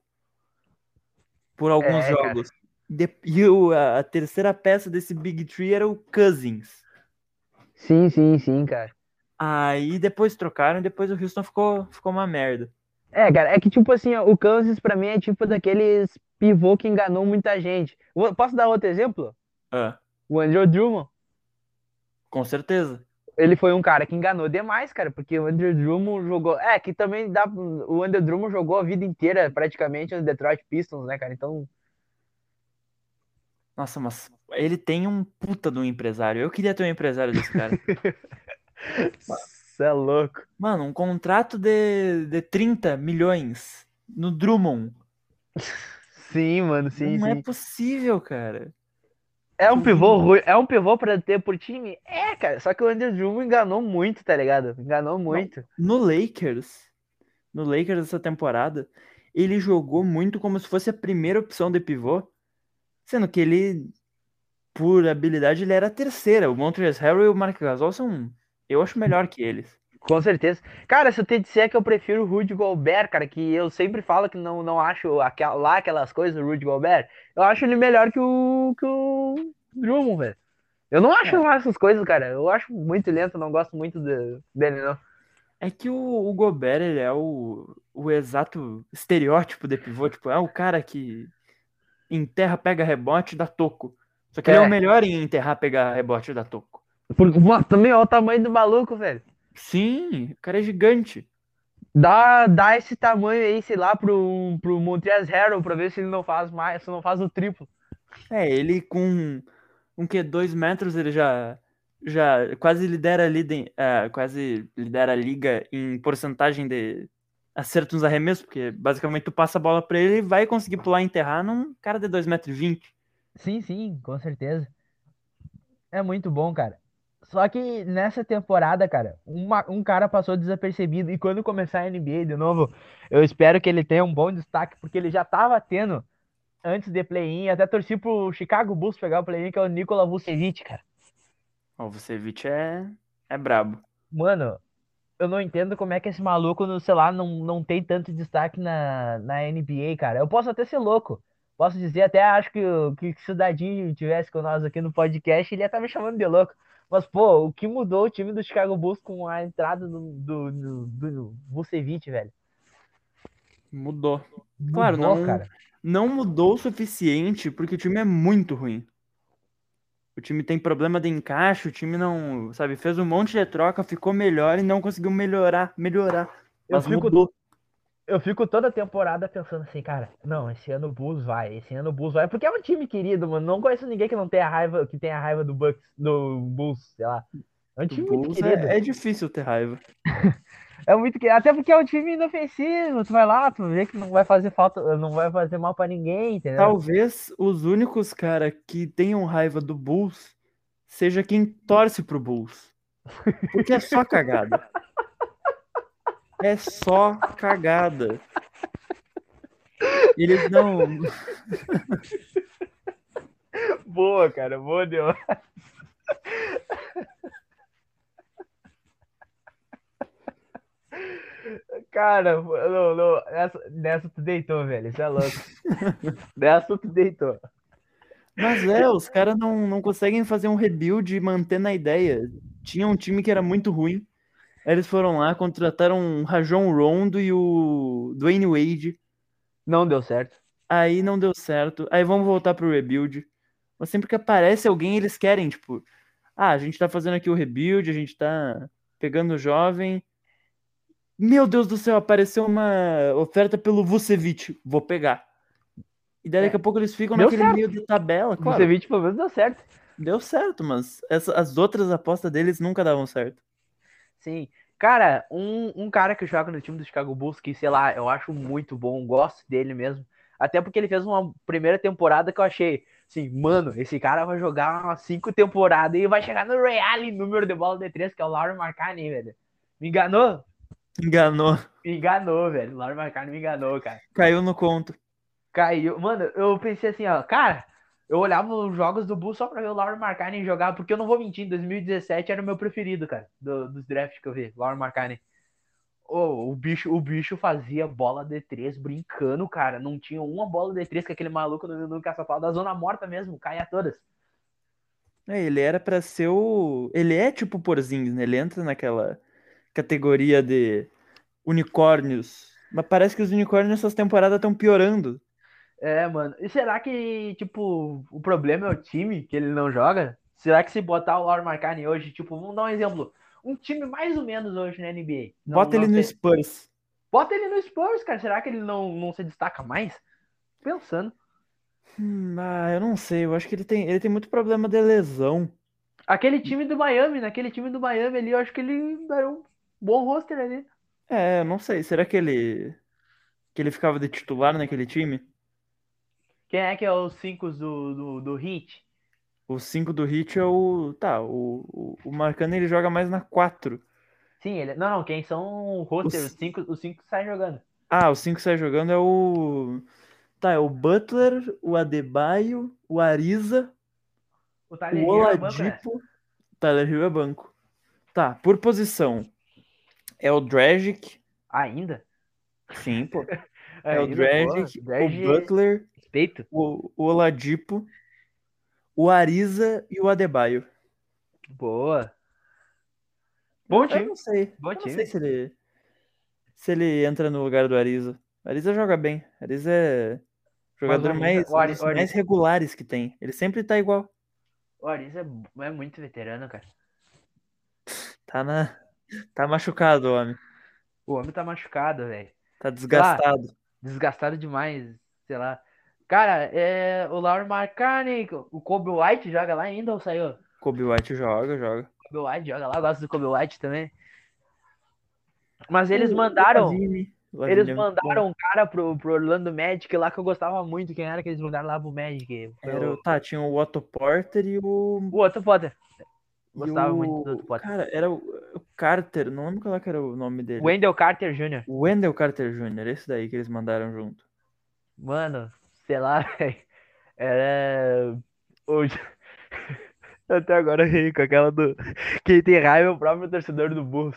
por alguns É, cara. jogos. De- E o- a, a terceira peça desse Big Three era o Cousins. Sim, sim, sim, cara. Aí depois trocaram e depois o Houston ficou, ficou uma merda. É, cara, é que tipo assim, ó, o Kansas pra mim é tipo daqueles pivô que enganou muita gente. Eu- Posso dar outro exemplo? Ah, O Andrew Drummond. com certeza. Ele foi um cara que enganou demais, cara, porque o Andrew Drummond jogou. É, que também dá. O Andrew Drummond jogou a vida inteira, praticamente, no Detroit Pistons, né, cara? Então, Nossa, mas ele tem um puta de um empresário. Eu queria ter um empresário desse cara. cê é louco. Mano, um contrato de, de trinta milhões no Drummond. Sim, mano, sim, Não é sim. possível, cara. É um pivô Tu- ruim, é um pivô pra ter por time? É, cara. Só que o Andrew Drummond enganou muito, tá ligado? Enganou Não, muito. no Lakers, no Lakers essa temporada, ele jogou muito como se fosse a primeira opção de pivô, sendo que ele, por habilidade, ele era a terceira. O Montrezl Harrell e o Marc Gasol são, eu acho melhor que eles. Com certeza. Cara, se eu te disser que eu prefiro o Rudy Gobert, cara, que eu sempre falo que não, não acho aquela, lá aquelas coisas do Rudy Gobert, eu acho ele melhor que o, que o Drummond, velho. Eu não acho É, lá essas coisas, cara. Eu acho muito lento, não gosto muito de- dele, não. é que o, o Gobert, ele é o, o exato estereótipo de pivô, tipo, é o cara que enterra, pega rebote e dá toco. Só que ele é o É. melhor em enterrar, pegar rebote e dar toco. Porque, mano, também olha o tamanho do maluco, velho. Sim, o cara é gigante. Dá, dá esse tamanho aí, sei lá, pro, pro Montrezl Harrell pra ver se ele não faz mais, se não faz o triplo. É, ele com um que dois metros ele já já quase lidera a liga, é, quase lidera a liga em porcentagem de acertos nos arremessos, porque basicamente tu passa a bola pra ele e vai conseguir pular e enterrar num cara de dois metros e vinte. Sim, sim, com certeza. É muito bom, cara. Só que nessa temporada, cara, uma- um cara passou desapercebido. E quando começar a N B A de novo, eu espero que ele tenha um bom destaque, porque ele já tava tendo antes de play-in. Até torci pro Chicago Bulls pegar o play-in, que é o Nikola Vucevic, cara. O Vucevic é é brabo. Mano, eu não entendo como é que esse maluco, no, sei lá, não, não tem tanto destaque na, na N B A, cara. Eu posso até ser louco. Posso dizer, até acho que, o- que se o Dadinho tivesse com nós aqui no podcast, ele ia estar me chamando de louco. Mas, pô, o que mudou o time do Chicago Bulls com a entrada do, do, do, do Vucevic, velho? Mudou. Claro, Mudou, não cara. não mudou o suficiente porque o time é muito ruim. O time tem problema de encaixe, o time não, sabe, fez um monte de troca, ficou melhor e não conseguiu melhorar, melhorar. Eu Mas fico, mudou. eu fico toda temporada pensando assim, cara, não, esse ano o Bulls vai, esse ano o Bulls vai, porque é um time querido, mano. Não conheço ninguém que não tenha raiva, que tenha raiva do Bucks, do Bulls, sei lá. É um Do time muito Bulls querido. é, é difícil ter raiva. É muito que até porque é um time inofensivo. Tu vai lá, tu vê que não vai fazer falta, não vai fazer mal pra ninguém, entendeu? Talvez os únicos cara que tenham raiva do Bulls seja quem torce pro Bulls. Porque é só cagada. É só cagada. Eles não. Boa, cara, boa demais. Cara, não, não, nessa, nessa tu deitou, velho. Isso é louco. Nessa tu deitou. Mas é, os caras não, não conseguem fazer um rebuild e manter na ideia. Tinha um time que era muito ruim. Aí eles foram lá, contrataram o Rajon Rondo e o Dwayne Wade. Não deu certo. Aí não deu certo. Aí vamos voltar pro rebuild. Mas sempre que aparece alguém, eles querem, tipo, ah, a gente tá fazendo aqui o rebuild, a gente tá pegando o jovem. Meu Deus do céu, apareceu uma oferta pelo Vucevic. Vou pegar. E daí daqui É, a pouco eles ficam deu naquele certo. meio de tabela. Você Claro, viu, pelo menos deu certo. deu certo, mas essa- as outras apostas deles nunca davam certo. Sim. Cara, um, um cara que joga no time do Chicago Bulls, que, sei lá, eu acho muito bom, gosto dele mesmo. Até porque ele fez uma primeira temporada que eu achei, assim, mano, esse cara vai jogar umas cinco temporadas e vai chegar no Real número de bola de três, que é o Lauro Marcani, velho. Me enganou? Enganou. Me enganou, velho. O Lauro Marcani me enganou, cara. Caiu no conto. Caiu. Mano, eu pensei assim, ó, cara, eu olhava os jogos do Bulls só pra ver o Lauro Markkanen jogar, porque eu não vou mentir, em dois mil e dezessete era o meu preferido, cara, do, dos drafts que eu vi, Lauro Markkanen. Oh, o bicho, o bicho fazia bola de três brincando, cara. Não tinha uma bola de três que aquele maluco no, no caça-pau da zona morta mesmo, caia todas. É, ele era pra ser o. Ele é tipo o Porzingis, né? Ele entra naquela categoria de unicórnios. Mas parece que os unicórnios nessas temporadas estão piorando. É, mano. E será que, tipo, o problema é o time que ele não joga? Será que se botar o Lauro Marcani hoje, tipo, vamos dar um exemplo. Um time mais ou menos hoje na N B A. Não, Bota ele não no sei. Spurs. Bota ele no Spurs, cara. Será que ele não, não se destaca mais? Pensando. Hum, ah, eu não sei. Eu acho que ele tem, ele tem muito problema de lesão. Aquele time do Miami, naquele time do Miami ali, eu acho que ele era um bom roster ali. É, eu não sei. Será que ele, que ele ficava de titular naquele time? Quem é que é os cinco do, do, do Heat? O cinco do Heat é o. Tá, o, o, o Marcano ele joga mais na quatro. Sim, ele. Não, não, quem são o roster? Os Os, cinco, os cinco que saem jogando. ah, o cinco que sai jogando é o. Tá, é o Butler, o Adebayo, o Ariza, O o Tyler Hero é banco, né? Oladipo, Tyler Hill é banco. Tá, por posição. É o Dragic. Ainda? Sim, pô. É o Ainda, pô. Dragic, o Dredge, Butler, respeito. o, o Oladipo, o Ariza e o Adebayo. Boa. Bom Eu, eu time. não sei. Bom Eu não sei time. se ele, se ele entra no lugar do Ariza. Ariza joga bem. Ariza é o Mas o jogador Ariza, mais, o um Ari, dos o Ari, mais regulares que tem. Ele sempre tá igual. o Ariza é, é muito veterano, cara. Tá na, tá machucado, o homem. O homem tá machucado, velho. Tá Sei lá, desgastado. desgastado demais. Sei lá. Cara, é, o Lauro Marcani, o Kobe White joga lá ainda ou saiu? Kobe White joga, joga. Kobe White joga lá, eu gosto do Kobe White também. Mas eles O, o mandaram, Lavine. O eles Lavine é muito bom. mandaram um cara pro, pro Orlando Magic lá que eu gostava muito. Quem era que eles mandaram lá pro Magic? Foi Era, o, o- tá, tinha o Otto Porter e o. o Otto Potter. E Gostava muito do Otto o. Potter. Cara, era o, o Carter. Não lembro qual é que era o nome dele. Wendell Carter Júnior O Wendell Carter Júnior Esse daí que eles mandaram junto. Mano, sei lá, velho. Era. Hoje. Até agora eu ri com aquela do. Quem tem raiva é o próprio torcedor do Bulls.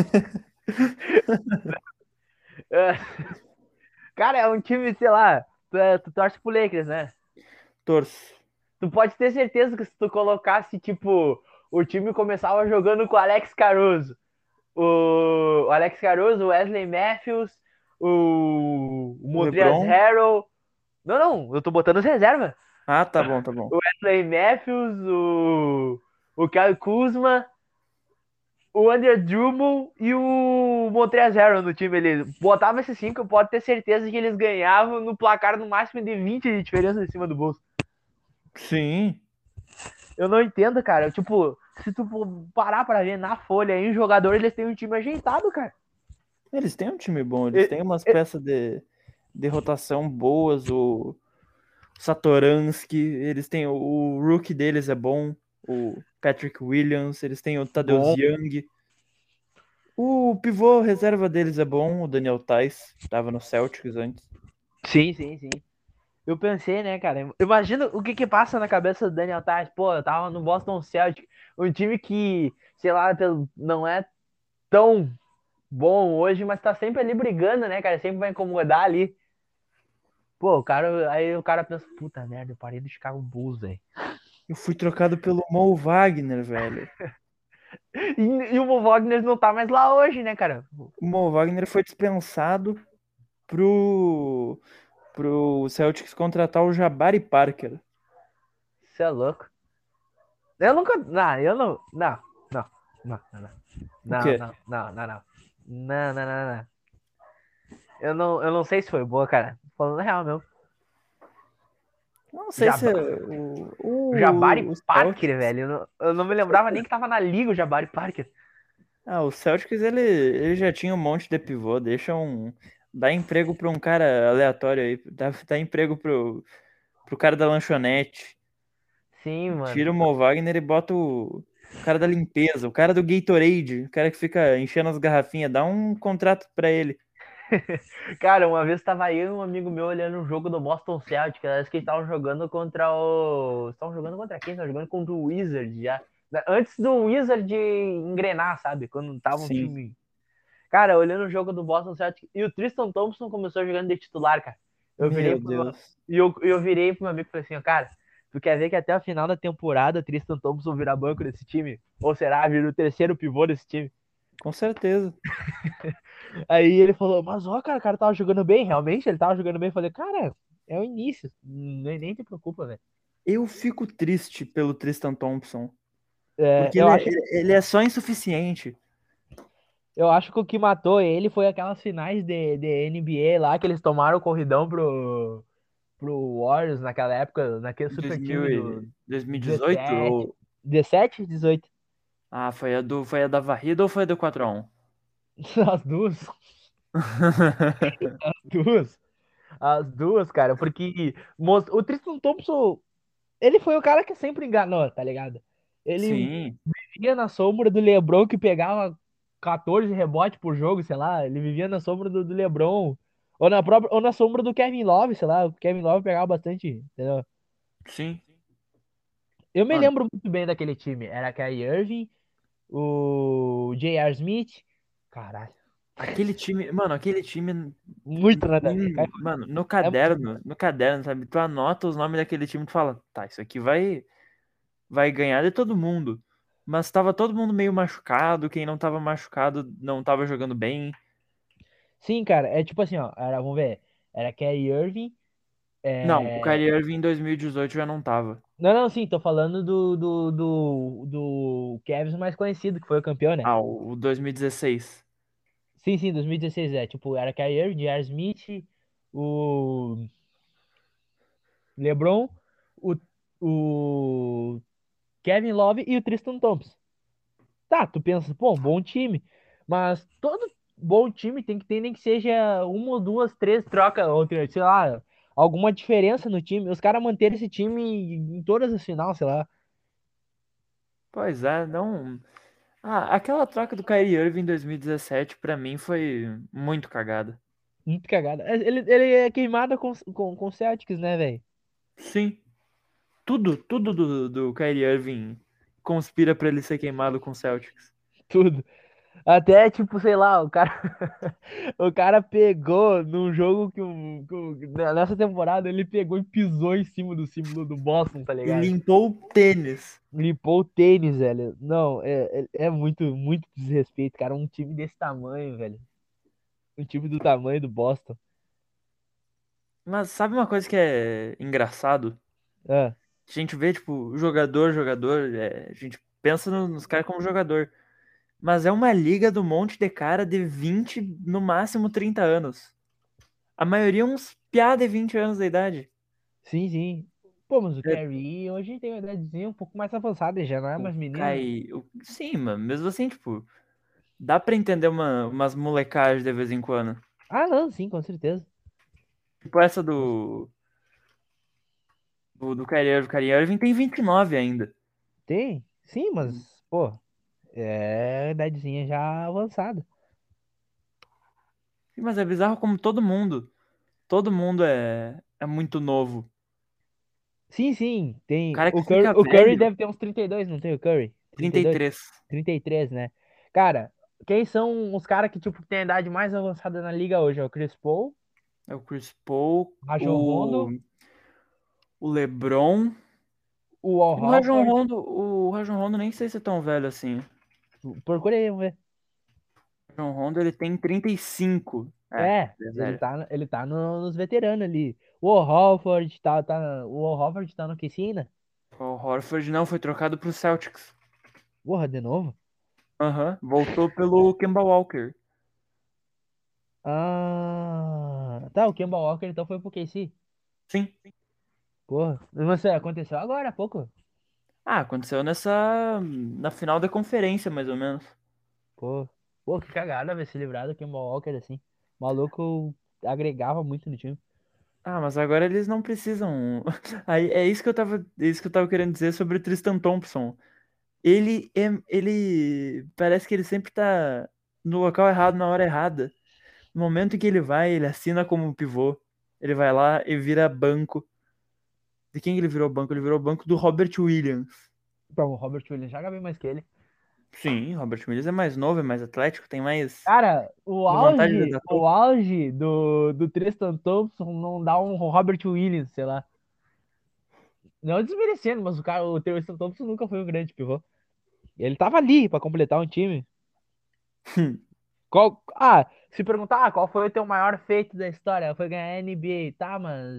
É, cara, é um time, sei lá. Tu, é- tu torce pro Lakers, né? Torço. Tu pode ter certeza que se tu colocasse, tipo, o time começava jogando com o Alex Caruso. O, o Alex Caruso, o Wesley Matthews, o, o O Montrezl LeBron. Harrell. Não, não, eu tô botando as reservas. Ah, tá bom, tá bom. O Wesley Matthews, o, o Kyle Kuzma, o Andrew Drummond e o Montrezl Harrell no time ali. Botava esses cinco, eu posso ter certeza que eles ganhavam no placar no máximo de vinte de diferença em cima do Bulls. Sim. Eu não entendo, cara. Tipo, se tu for parar pra ver na folha aí, os jogadores eles têm um time ajeitado, cara. Eles têm um time bom, eles E- têm umas e- peças de, de rotação boas. O Satoransky, eles têm o, o rookie deles é bom. O Patrick Williams, eles têm o Tadeusz Bom. Young. O pivô reserva deles é bom, o Daniel Tais, tava no Celtics antes. Sim, sim, sim. Eu pensei, né, cara? Imagina o que que passa na cabeça do Daniel Tais. Pô, eu tava no Boston Celtics, um time que, sei lá, pelo- não é tão bom hoje, mas tá sempre ali brigando, né, cara? Sempre vai incomodar ali. Pô, o cara, aí o cara pensa, puta merda, eu parei do Chicago Bulls, velho. Eu fui trocado pelo Mo Wagner, velho. E, e o Mo Wagner não tá mais lá hoje, né, cara? O Mo Wagner foi dispensado pro, pro Celtics contratar o Jabari Parker. Você é louco. Eu nunca. Não, eu não. Não, não, não, não. O Não, quê? não, não, não, não. Não, não, não, não. Eu não, eu não sei se foi boa, cara. Falando real, meu. Não sei se Jab... é o, O Jabari o, o Parker, Celtics. velho. Eu não, eu não me lembrava nem que tava na liga o Jabari Parker. Ah, o Celtics ele, ele já tinha um monte de pivô. Deixa um. Dá emprego pra um cara aleatório aí. Dá, dá emprego pro, pro cara da lanchonete. Sim, mano. Tira o Mo Wagner e bota o, o cara da limpeza, o cara do Gatorade, o cara que fica enchendo as garrafinhas. Dá um contrato pra ele. Cara, uma vez tava eu e um amigo meu olhando um jogo do Boston Celtics. Parece que eles estavam jogando contra o. Estavam jogando contra quem? Estavam jogando contra o Wizard já. Antes do Wizard engrenar, sabe? Quando tava um Sim. time. Cara, olhando o jogo do Boston Celtics. E o Tristan Thompson começou jogando de titular, cara. Eu virei Meu pro meu, Deus. e eu, eu virei pro meu amigo e falei assim, ó, cara, tu quer ver que até a final da temporada o Tristan Thompson vira banco desse time? Ou será, vira o terceiro pivô desse time? Com certeza. Aí ele falou, mas ó, cara, o cara tava jogando bem, realmente, ele tava jogando bem. Eu falei, cara, É o início. Nem, nem te preocupa, velho. Eu fico triste pelo Tristan Thompson, É, porque eu ele é, acho, ele, ele é só insuficiente. eu acho que o que matou ele foi aquelas finais de, de N B A lá que eles tomaram o corridão pro, pro Warriors naquela época, naquele dois super mil time e- do dois mil e dezoito? dezessete. Ou... dezessete, dezoito. Ah, foi a, do, foi a da varrida ou foi a do quatro a um? As duas. As duas. As duas, cara. Porque mos- o Tristan Thompson, ele foi o cara que sempre enganou, tá ligado? Ele Sim, vivia na sombra do LeBron que pegava quatorze rebotes por jogo, sei lá. Ele vivia na sombra do, do LeBron. Ou na própria, ou na sombra do Kevin Love, sei lá. O Kevin Love pegava bastante, entendeu? sim. Eu me Mano, lembro muito bem daquele time. Era Kyrie Irving, o J R. Smith. Caralho, aquele time, mano, aquele time, muito nada a ver. hum, Cara, mano, no é muito nada. caderno, no caderno, sabe? Tu anota os nomes daquele time e tu fala, tá, isso aqui vai, vai ganhar de todo mundo. Mas tava todo mundo meio machucado, quem não tava machucado não tava jogando bem. Sim, cara, é tipo assim, ó. Era, vamos ver. Era Kyrie Irving. Não, o É... Kyrie Irving em dois mil e dezoito já não tava. Não, não, sim, tô falando do, do, do, do Cavs mais conhecido, que foi o campeão, né? Ah, o o dois mil e dezesseis. Sim, sim, dois mil e dezesseis, é. Tipo, era Kyrie Irving, J R. Smith, o LeBron, o, o Kevin Love e o Tristan Thompson. Tá, tu pensa, pô, bom time. Mas todo bom time tem que ter, nem que seja uma ou duas, três trocas, ou sei lá, alguma diferença no time. Os caras manterem esse time em todas as finais, sei lá. Pois é, não. Ah, aquela troca do Kyrie Irving em dois mil e dezessete pra mim foi muito cagada. Muito cagada. É, Ele, ele é queimado com, com, com Celtics, né, velho? Sim, tudo, tudo do, do Kyrie Irving conspira pra ele ser queimado com o Celtics. Tudo. Até, tipo, sei lá, o cara. O cara pegou num jogo que, o, que o- nessa temporada ele pegou e pisou em cima do símbolo do Boston, tá E ligado? limpou o tênis. Limpou o tênis, velho. Não, é, é, é muito, muito desrespeito, cara. Um time desse tamanho, velho. Um time do tamanho do Boston. Mas sabe uma coisa que é engraçado? Ah, A gente vê, tipo, jogador, jogador, é, a gente pensa no- nos caras como jogador. Mas é uma liga do monte de cara de vinte no máximo trinta anos. A maioria uns piá de vinte anos de idade. sim, sim. Pô, mas o É, Kyrie hoje tem uma idadezinha um pouco mais avançada, ele já não é o mais menino. Kai. o- Sim, mano, mesmo assim, tipo, dá pra entender uma, umas molecagens de vez em quando. Ah, não, sim, com certeza. Tipo essa do. Do, do Kyrie Irving. O Kyrie Irving tem vinte e nove ainda. Tem, sim, mas, pô, é idadezinha já avançada. Sim, mas é bizarro como todo mundo. Todo mundo é, é muito novo. Sim, sim, O tem. cara O que Curry, fica o Curry velho, deve ter uns trinta e dois, não tem o Curry? trinta trinta e e dois? três trinta e três, né? Cara, quem são os caras que, tipo, tem a idade mais avançada na liga hoje? É o Chris Paul, É o Chris Paul, Rajon o, Rondo, o LeBron. o Al E o Rajon Horford. Rondo, o Rajon Rondo nem sei se é tão velho assim. Procura aí, vamos ver. O Rajon Rondo ele tem trinta e cinco. É, É, ele é ele velho. tá, ele tá no- nos veteranos ali. O Al Horford tá, tá, o Al Horford tá no que ensina? O Horford não foi trocado pro Celtics. Porra, de novo? Aham, voltou pelo Kemba Walker. Ah, tá, o Kemba Walker então foi pro K C. Sim. Porra, mas isso aconteceu agora há pouco. Ah, aconteceu nessa. Na final da conferência, mais ou menos. Pô, pô, que cagada, ver se livrar do Kemba Walker assim. O maluco agregava muito no time. Ah, mas agora eles não precisam. Aí é isso que eu tava, é isso que eu tava querendo dizer sobre o Tristan Thompson. Ele é, ele parece que ele sempre tá no local errado na hora errada. No momento em que ele vai, ele assina como pivô. Ele vai lá e vira banco. De quem ele virou banco? Ele virou banco do Robert Williams. Pô, o Robert Williams joga bem mais que ele. Sim, Robert Williams é mais novo, é mais atlético, tem mais Cara, o uma vantagem de auge, dar o toco. auge do, do Tristan Thompson não dá um Robert Williams, sei lá. Não desmerecendo, mas o cara, o Tristan Thompson nunca foi um grande pivô. Ele tava ali pra completar um time. Qual, ah, se perguntar, ah, qual foi o teu maior feito da história? Foi ganhar a N B A, tá, mas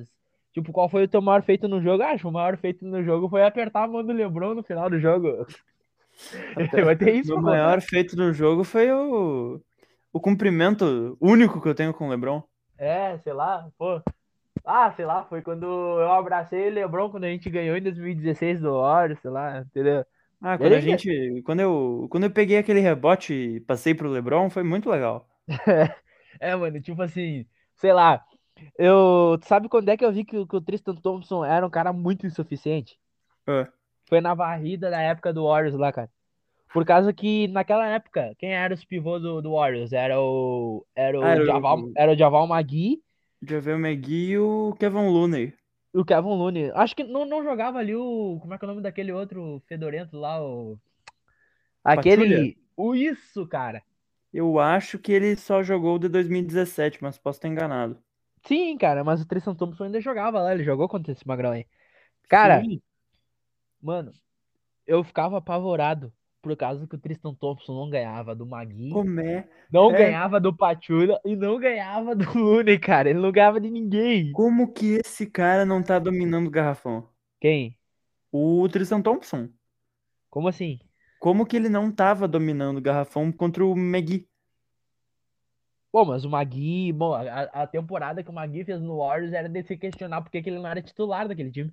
Tipo, qual foi o teu maior feito no jogo? Ah, acho que o maior feito no jogo foi apertar a mão do LeBron no final do jogo. Vai ter isso Meu pra maior contar. feito no jogo foi o, o cumprimento único que eu tenho com o LeBron. É, sei lá, pô. Ah, sei lá, foi quando eu abracei o LeBron quando a gente ganhou em dois mil e dezesseis do Warriors, sei lá, entendeu? Ah, quando a Ele ainda. gente. Quando eu, quando eu peguei aquele rebote e passei pro LeBron, foi muito legal. É, mano, tipo assim, sei lá. Eu. Tu sabe quando é que eu vi que, o- que o Tristan Thompson era um cara muito insuficiente? Ah, Foi na varrida da época do Warriors lá, cara. Por causa que naquela época, quem era os pivôs do, do Warriors? Era o. Era Ah, o era Javal, o era o Javal McGee JaVale McGee e o Kevin Looney. e o Kevin Looney. Acho que não, não jogava ali o. Como é que é o nome daquele outro fedorento lá? O, Patrulha? aquele. O isso, cara. Eu acho que ele só jogou o de dois mil e dezessete, mas posso estar enganado. Sim, cara, mas o Tristan Thompson ainda jogava lá. Ele jogou contra esse magrão aí. Cara, Sim. mano, eu ficava apavorado por causa que o Tristan Thompson não ganhava do Magui, Como é? não É. ganhava do Pachulia e não ganhava do Looney, cara. Ele não ganhava de ninguém. Como que esse cara não tá dominando o garrafão? Quem? O Tristan Thompson. Como assim? Como que ele não tava dominando o garrafão contra o McGee? Pô, mas o Magui, bom, a, a temporada que o Magui fez no Warriors era de se questionar porque que ele não era titular daquele time.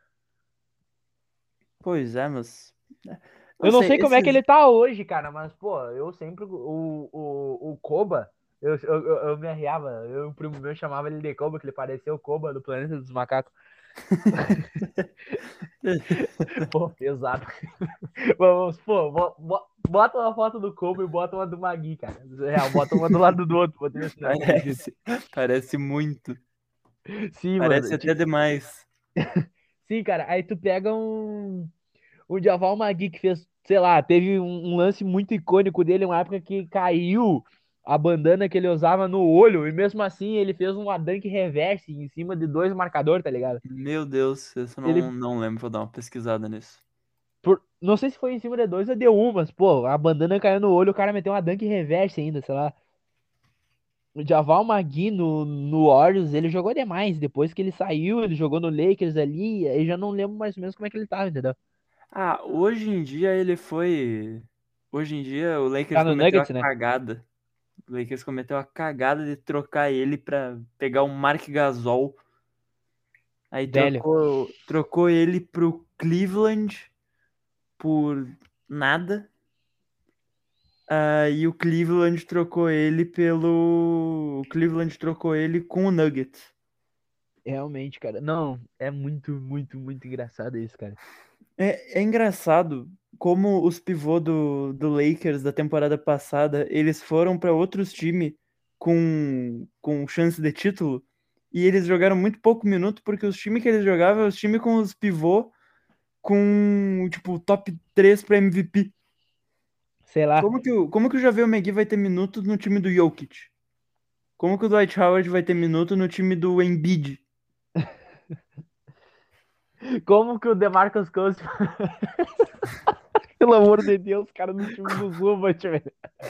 Pois é, mas. Não Eu não sei, sei como é que esses. ele tá hoje, cara, mas, pô, eu sempre. O, o, o Koba, eu, eu, eu, eu me arriava. Eu, o primo meu chamava ele de Koba, que ele parecia o Koba do Planeta dos Macacos. Pô, pesado. Vamos, pô, bo- bo- bota uma foto do Koba e bota uma do Magui, cara. Real, bota uma do lado do outro, pra tu ver se não é parecido. Parece. Parece muito. Sim, Parece mano. até ti- demais. Sim, cara. Aí tu pega um. O Djaval Magui que fez, sei lá, teve um, um lance muito icônico dele, uma época que caiu a bandana que ele usava no olho, e mesmo assim ele fez um dunk reverse em cima de dois marcadores, tá ligado? Meu Deus, isso eu não, Ele, não lembro, vou dar uma pesquisada nisso. por, não sei se foi em cima de dois ou de um, mas, pô, a bandana caiu no olho, o cara meteu uma dunk reverse ainda, sei lá. O Djaval Magui no, no Warriors, ele jogou demais. Depois que ele saiu, ele jogou no Lakers ali, aí já não lembro mais ou menos como é que ele tava, entendeu? Ah, hoje em dia ele foi. Hoje em dia o Lakers Tá no cometeu a Nuggets, né? cagada. O Lakers cometeu a cagada de trocar ele pra pegar o Mark Gasol. Aí Velho. trocou, trocou ele pro Cleveland por nada. Aí o Cleveland trocou ele pelo. O Cleveland trocou ele com o Nuggets. Realmente, cara. Não, é muito, muito, muito engraçado isso, cara. É, é engraçado como os pivôs do, do Lakers da temporada passada, eles foram para outros times com, com chance de título e eles jogaram muito pouco minuto porque os times que eles jogavam eram os times com os pivôs com, tipo, top três para M V P. Sei lá. Como que, o, como que o JaVale McGee vai ter minuto no time do Jokic? Como que o Dwight Howard vai ter minuto no time do Embiid? Como que o DeMarcus Cousins, pelo amor de Deus, cara, no time do Zubat, velho.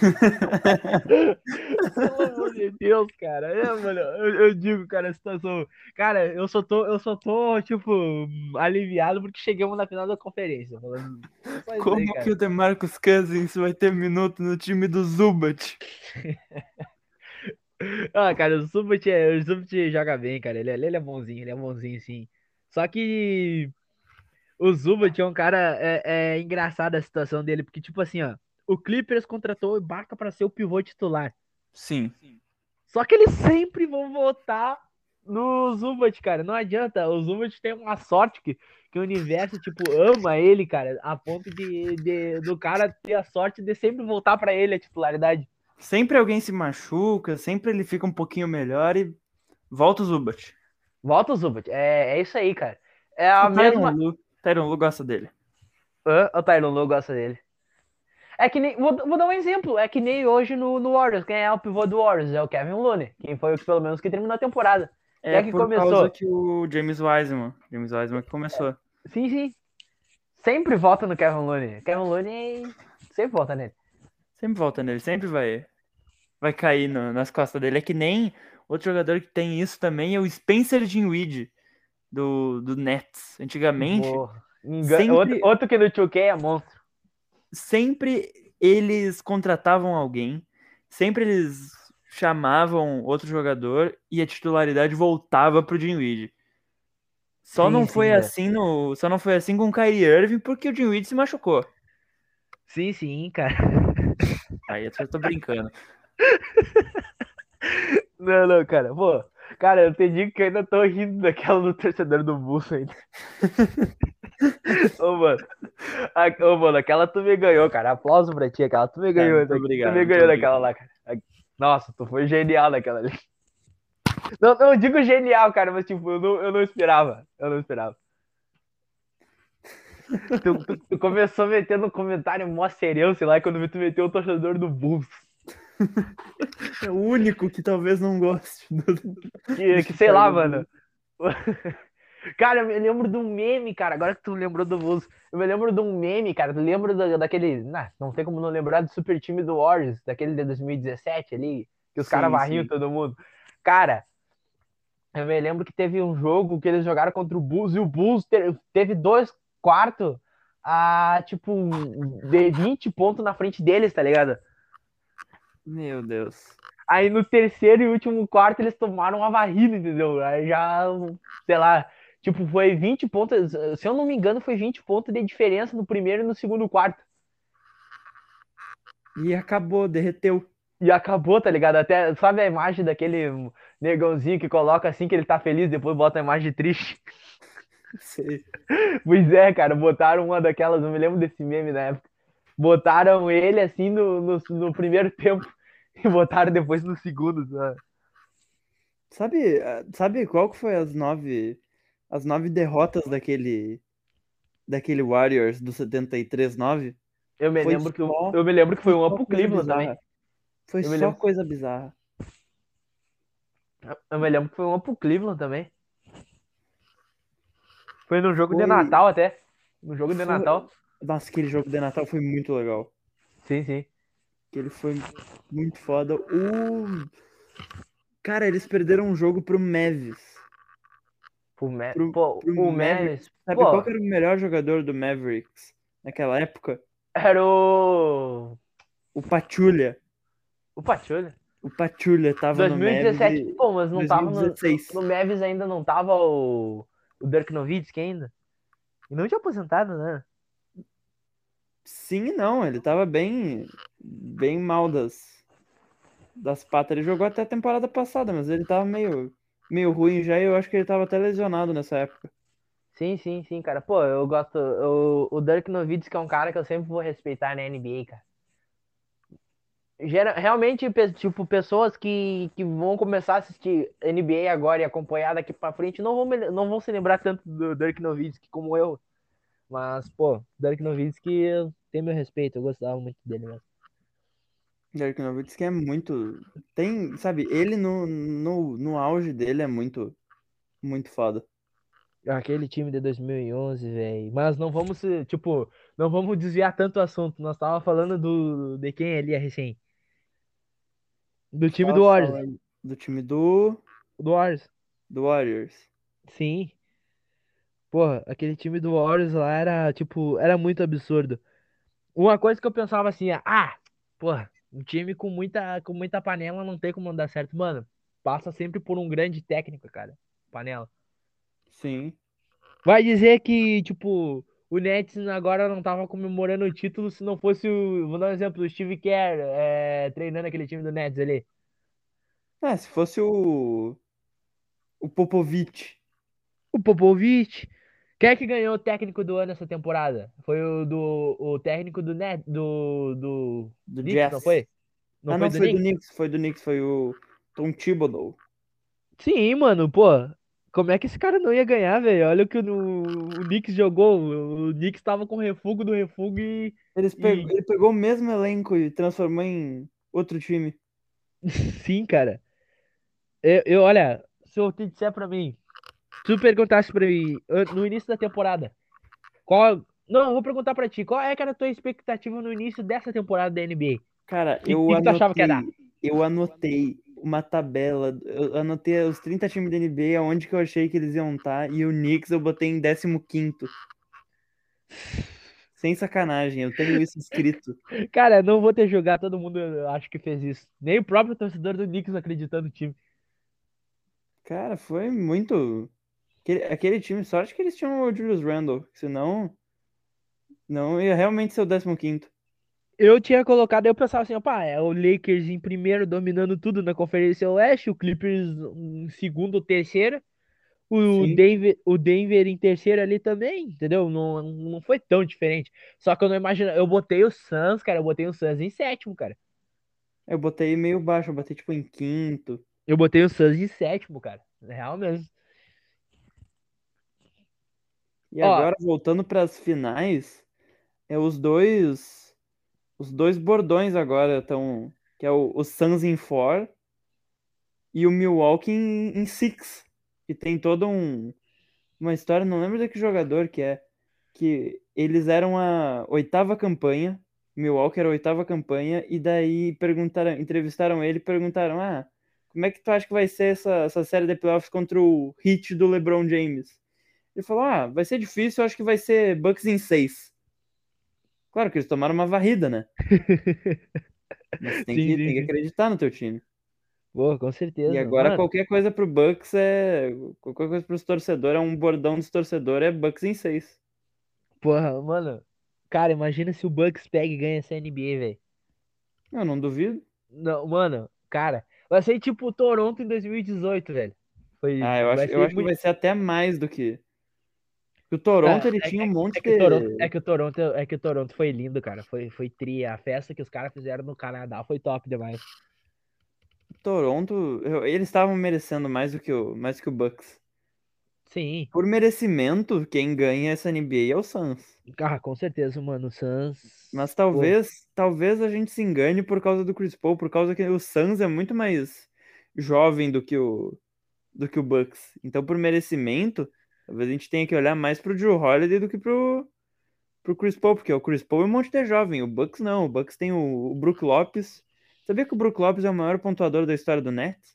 Pelo amor de Deus, cara. É, mano, eu, eu digo, cara, a situação. Cara, eu só tô, eu só tô, tipo, aliviado porque chegamos na final da conferência. Falando só isso aí, Como que cara. o DeMarcus Cousins vai ter minuto no time do Zubat? Ah, cara, o Zubat, é, o Zubat joga bem, cara. Ele, é- ele é bonzinho, ele é bonzinho, sim. Só que o Zubat é um cara. É, é engraçada a situação dele, porque, tipo assim, ó. O Clippers contratou o Ibaka pra ser o pivô titular. Sim. Só que eles sempre vão votar no Zubat, cara. Não adianta. O Zubat tem uma sorte que, que o universo, tipo, ama ele, cara. A ponto de, de do cara ter a sorte de sempre voltar pra ele a titularidade. Sempre alguém se machuca, sempre ele fica um pouquinho melhor e volta o Zubat. Volta o Zubat. É, é isso aí, cara. É O a Tyronn mesma. Lue, Tyronn Lue gosta dele. Hã? O Tyronn Lue gosta dele. É que nem. Vou, vou dar um exemplo. É que nem hoje no, no Warriors. Quem é o pivô do Warriors? É o Kevin Looney. Quem foi o que, pelo menos, que terminou a temporada. Quem É é que por causa começou? que o James Wiseman, James Wiseman que começou. Sim, sim. Sempre vota no Kevin Looney. Kevin Looney sempre vota nele. Sempre volta nele, sempre vai, vai cair no- nas costas dele. É que nem outro jogador que tem isso também é o Spencer Dinwiddie. do, do Nets. Antigamente, Porra. Engan- sempre, Outro, outro que no two K é monstro. sempre eles contratavam alguém, sempre eles chamavam outro jogador e a titularidade voltava pro Dinwiddie. Só Sim, não foi sim, velho. assim no, só não foi assim com o Kyrie Irving porque o Dinwiddie se machucou. Sim, sim, cara. Aí eu só tô brincando. Não, não, cara. Pô, cara, eu entendi que eu ainda tô rindo daquela do torcedor do Bulls ainda. Ô, mano. A- Ô, mano, aquela tu me ganhou, cara. Aplauso pra ti, aquela tu me Cara, ganhou. muito Tu obrigado, me muito ganhou obrigado. daquela lá, cara. Nossa, tu foi genial naquela ali. Não, não digo genial, cara, mas tipo, eu não, eu não esperava. Eu não esperava. Tu, tu, tu começou metendo um comentário mó serião, sei lá, e quando tu meteu o torcedor do Bulls. É o único que talvez não goste do, Que, do que sei lá, Chicago mano. Bulls. Cara, eu me lembro de um meme, cara. Agora que tu lembrou do Bulls, eu me lembro de um meme, cara. Tu lembra da, daquele. Nah, não tem como não lembrar do super time do Warriors, daquele de dois mil e dezessete ali, que os caras Sim, varriam sim. todo mundo. Cara, eu me lembro que teve um jogo que eles jogaram contra o Bulls e o Bulls te- teve dois quartos a, tipo, de vinte pontos na frente deles, tá ligado? Meu Deus. Aí no terceiro e último quarto eles tomaram uma varrida, entendeu? Aí já, sei lá, tipo, foi vinte pontos, se eu não me engano, foi vinte pontos de diferença no primeiro e no segundo quarto. E acabou, derreteu. E acabou, tá ligado? Até, sabe a imagem daquele negãozinho que coloca assim que ele tá feliz, depois bota a imagem triste? Sei. Pois é, cara, botaram uma daquelas, não me lembro desse meme na época. Botaram ele assim no, no, no primeiro tempo e botaram depois no segundo, sabe? Sabe, ah, sabe qual que foi as nove, as nove derrotas daquele, daquele Warriors do setenta e três nove? Eu me Foi lembro que, eu, só, eu me lembro que foi foi uma só pro coisa Cleveland também. bizarra. Foi Eu me só lembro, coisa bizarra. eu me lembro que foi uma pro Cleveland também. Foi no jogo de Foi, Natal até. No jogo de foi, Natal. nossa, aquele jogo de Natal foi muito legal. Sim, sim. Aquele foi muito foda. O, cara, eles perderam um jogo pro Mavis. O Me... Pro, Pô, pro o Mavericks. Mavis, Sabe qual pô, que era o melhor jogador do Mavericks naquela época? era o. O Pachulia. O Pachulia. O Pachulia tava no Mavis dois mil e dezessete. em Pô, mas não tava no. No, dois mil e dezesseis. no Mavis ainda não tava o. O Dirk Nowitzki ainda. E não tinha aposentado, né? Sim e não, ele tava bem, bem mal das, das patas. Ele jogou até a temporada passada, mas ele tava meio, meio ruim já e eu acho que ele tava até lesionado nessa época. Sim, sim, sim, cara. Pô, eu gosto. O, o Dirk Nowitzki é um cara que eu sempre vou respeitar na N B A, cara. Gera, realmente, pe- tipo, pessoas que, que vão começar a assistir N B A agora e acompanhar daqui pra frente não vão, me- não vão se lembrar tanto do Dirk Nowitzki como eu. Mas, pô, Dirk Nowitzki tem meu respeito, eu gostava muito dele mesmo. Dirk Nowitzki é muito. Tem, sabe, ele no, no, no auge dele é muito, muito foda. Aquele time de dois mil e onze, velho. Mas não vamos, se- tipo, não vamos desviar tanto o assunto. Nós tava falando do, de quem ali é recém. Do time Tava do Warriors. falando do time do, Do Warriors. do Warriors. Sim. Porra, aquele time do Warriors lá era, tipo, era muito absurdo. Uma coisa que eu pensava assim, ah, porra, um time com muita, com muita panela não tem como andar certo. Mano, passa sempre por um grande técnico, cara. Panela. Sim. Vai dizer que, tipo, o Nets agora não tava comemorando o título se não fosse o. Vou dar um exemplo, o Steve Kerr é, treinando aquele time do Nets ali. É, se fosse o, o Popovich O Popovich. Quem é que ganhou o técnico do ano essa temporada? Foi o do o técnico do Net do do do Knicks, não Jazz. foi? Não Ah, foi não, do foi do Knicks? Knicks, foi do Knicks, foi o Tom Thibodeau. Sim, mano, pô. Como é que esse cara não ia ganhar, velho? Olha o que o, o Knicks jogou. O, o Knicks tava com refugo do refugo e, Eles pegou, e. ele pegou o mesmo elenco e transformou em outro time. Sim, cara. Eu, eu, olha, se eu te disser pra mim, se tu perguntasse pra mim an- no início da temporada, qual. Não, eu vou perguntar pra ti, qual é que era a tua expectativa no início dessa temporada da N B A? Cara, E o eu que, que tu achava que ia dar? anotei, eu anotei uma tabela. Eu anotei os trinta times da N B A, aonde que eu achei que eles iam estar, e o Knicks eu botei em décimo quinto. Sem sacanagem, eu tenho isso escrito. Cara, não vou ter jogado, todo mundo eu acho que fez isso. Nem o próprio torcedor do Knicks acreditando no time. Cara, foi muito. Aquele, aquele time, sorte que eles tinham o Julius Randle, senão não ia realmente ser o décimo quinto. Eu tinha colocado, eu pensava assim, opa, é o Lakers em primeiro, dominando tudo na Conferência Oeste, o Clippers em segundo ou terceiro, o Sim. Denver, o Denver em terceiro ali também, entendeu? Não, não foi tão diferente. Só que eu não imagino, eu botei o Suns, cara, eu botei o Suns em sétimo, cara. Eu botei meio baixo, eu botei tipo em quinto. Eu botei o Suns em sétimo, cara. Real mesmo. E Ó, agora, voltando para as finais, é os dois. Os dois bordões agora estão. Que é o, o Suns em four e o Milwaukee em, em six. Que tem toda um, uma história, não lembro de que jogador que é. Que eles eram a oitava campanha. Milwaukee era a oitava campanha. E daí perguntaram, entrevistaram ele e perguntaram: Ah, como é que tu acha que vai ser essa, essa série de playoffs contra o Heat do LeBron James? Ele falou: Ah, vai ser difícil, eu acho que vai ser Bucks em seis. Claro que eles tomaram uma varrida, né? Mas tem sim, que, sim, tem que sim. acreditar no teu time. Pô, com E certeza. agora Mano, qualquer coisa pro Bucks é. Qualquer coisa pros torcedores, é um bordão dos torcedores, é Bucks em seis. porra, mano. Cara, imagina se o Bucks pega e ganha essa N B A, velho. Eu não duvido. Não, mano, cara, vai ser tipo o Toronto em dois mil e dezoito, velho. Foi, Ah, eu vai acho, eu ser acho que muito. vai ser até mais do que. Porque o Ah, Toronto ele é, tinha um é- monte é que o Toronto, de. é que o Toronto, é que o Toronto foi lindo, cara. Foi, foi tri. A festa que os caras fizeram no Canadá foi top demais. Toronto, eu- eles estavam merecendo mais do que o, mais que o Bucks. Sim, Por merecimento, quem ganha essa N B A é o Suns. ah, com certeza, mano. O Mas Suns, pô. talvez, talvez a gente se engane por causa do Chris Paul, por causa que o Suns é muito mais jovem do que o, do que o Bucks. Então, por merecimento, talvez a gente tenha que olhar mais pro Drew Holiday do que pro, pro Chris Paul, porque o Chris Paul é um monte de jovem, o Bucks não. O Bucks tem o, o Brook Lopes. Sabia que o Brook Lopes é o maior pontuador da história do Nets?